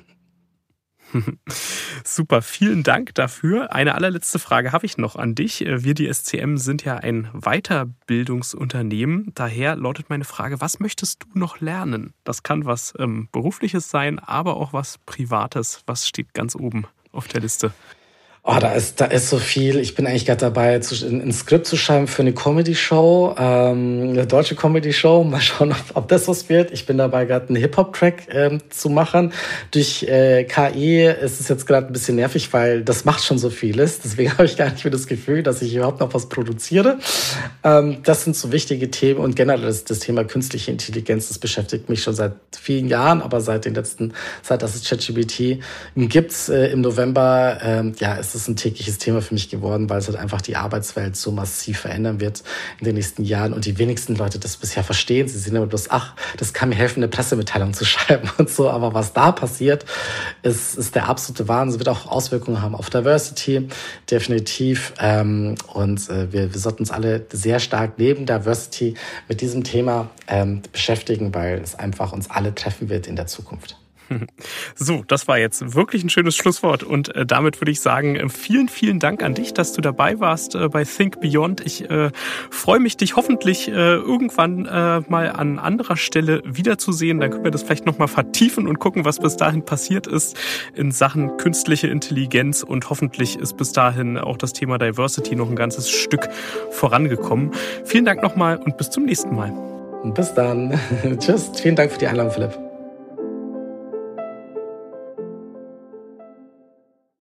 Super, vielen Dank dafür. Eine allerletzte Frage habe ich noch an dich. Wir, die S C M, sind ja ein Weiterbildungsunternehmen. Daher lautet meine Frage: Was möchtest du noch lernen? Das kann was ähm, Berufliches sein, aber auch was Privates. Was steht ganz oben auf der Liste? Oh, da ist, da ist so viel. Ich bin eigentlich gerade dabei, zu, ein, ein Skript zu schreiben für eine Comedy-Show, ähm, eine deutsche Comedy-Show. Mal schauen, ob, ob das was wird. Ich bin dabei, gerade einen Hip-Hop-Track ähm, zu machen. Durch äh, K I ist es jetzt gerade ein bisschen nervig, weil das macht schon so vieles. Deswegen habe ich gar nicht mehr das Gefühl, dass ich überhaupt noch was produziere. Ähm, das sind so wichtige Themen. Und generell das, das Thema künstliche Intelligenz, das beschäftigt mich schon seit vielen Jahren, aber seit den letzten, seit das es ChatGPT gibt äh, im November, ähm, ja, ist das ist ein tägliches Thema für mich geworden, weil es halt einfach die Arbeitswelt so massiv verändern wird in den nächsten Jahren und die wenigsten Leute das bisher verstehen. Sie sehen aber bloß, ach, das kann mir helfen, eine Pressemitteilung zu schreiben und so. Aber was da passiert, ist, ist der absolute Wahnsinn. Es wird auch Auswirkungen haben auf Diversity, definitiv. Ähm, und äh, wir, wir sollten uns alle sehr stark neben Diversity mit diesem Thema ähm, beschäftigen, weil es einfach uns alle treffen wird in der Zukunft. So, das war jetzt wirklich ein schönes Schlusswort und äh, damit würde ich sagen, äh, vielen, vielen Dank an dich, dass du dabei warst äh, bei Think Beyond. Ich äh, freue mich, dich hoffentlich äh, irgendwann äh, mal an anderer Stelle wiederzusehen. Dann können wir das vielleicht nochmal vertiefen und gucken, was bis dahin passiert ist in Sachen künstliche Intelligenz und hoffentlich ist bis dahin auch das Thema Diversity noch ein ganzes Stück vorangekommen. Vielen Dank nochmal und bis zum nächsten Mal. Bis dann. Tschüss. Vielen Dank für die Einladung, Philipp.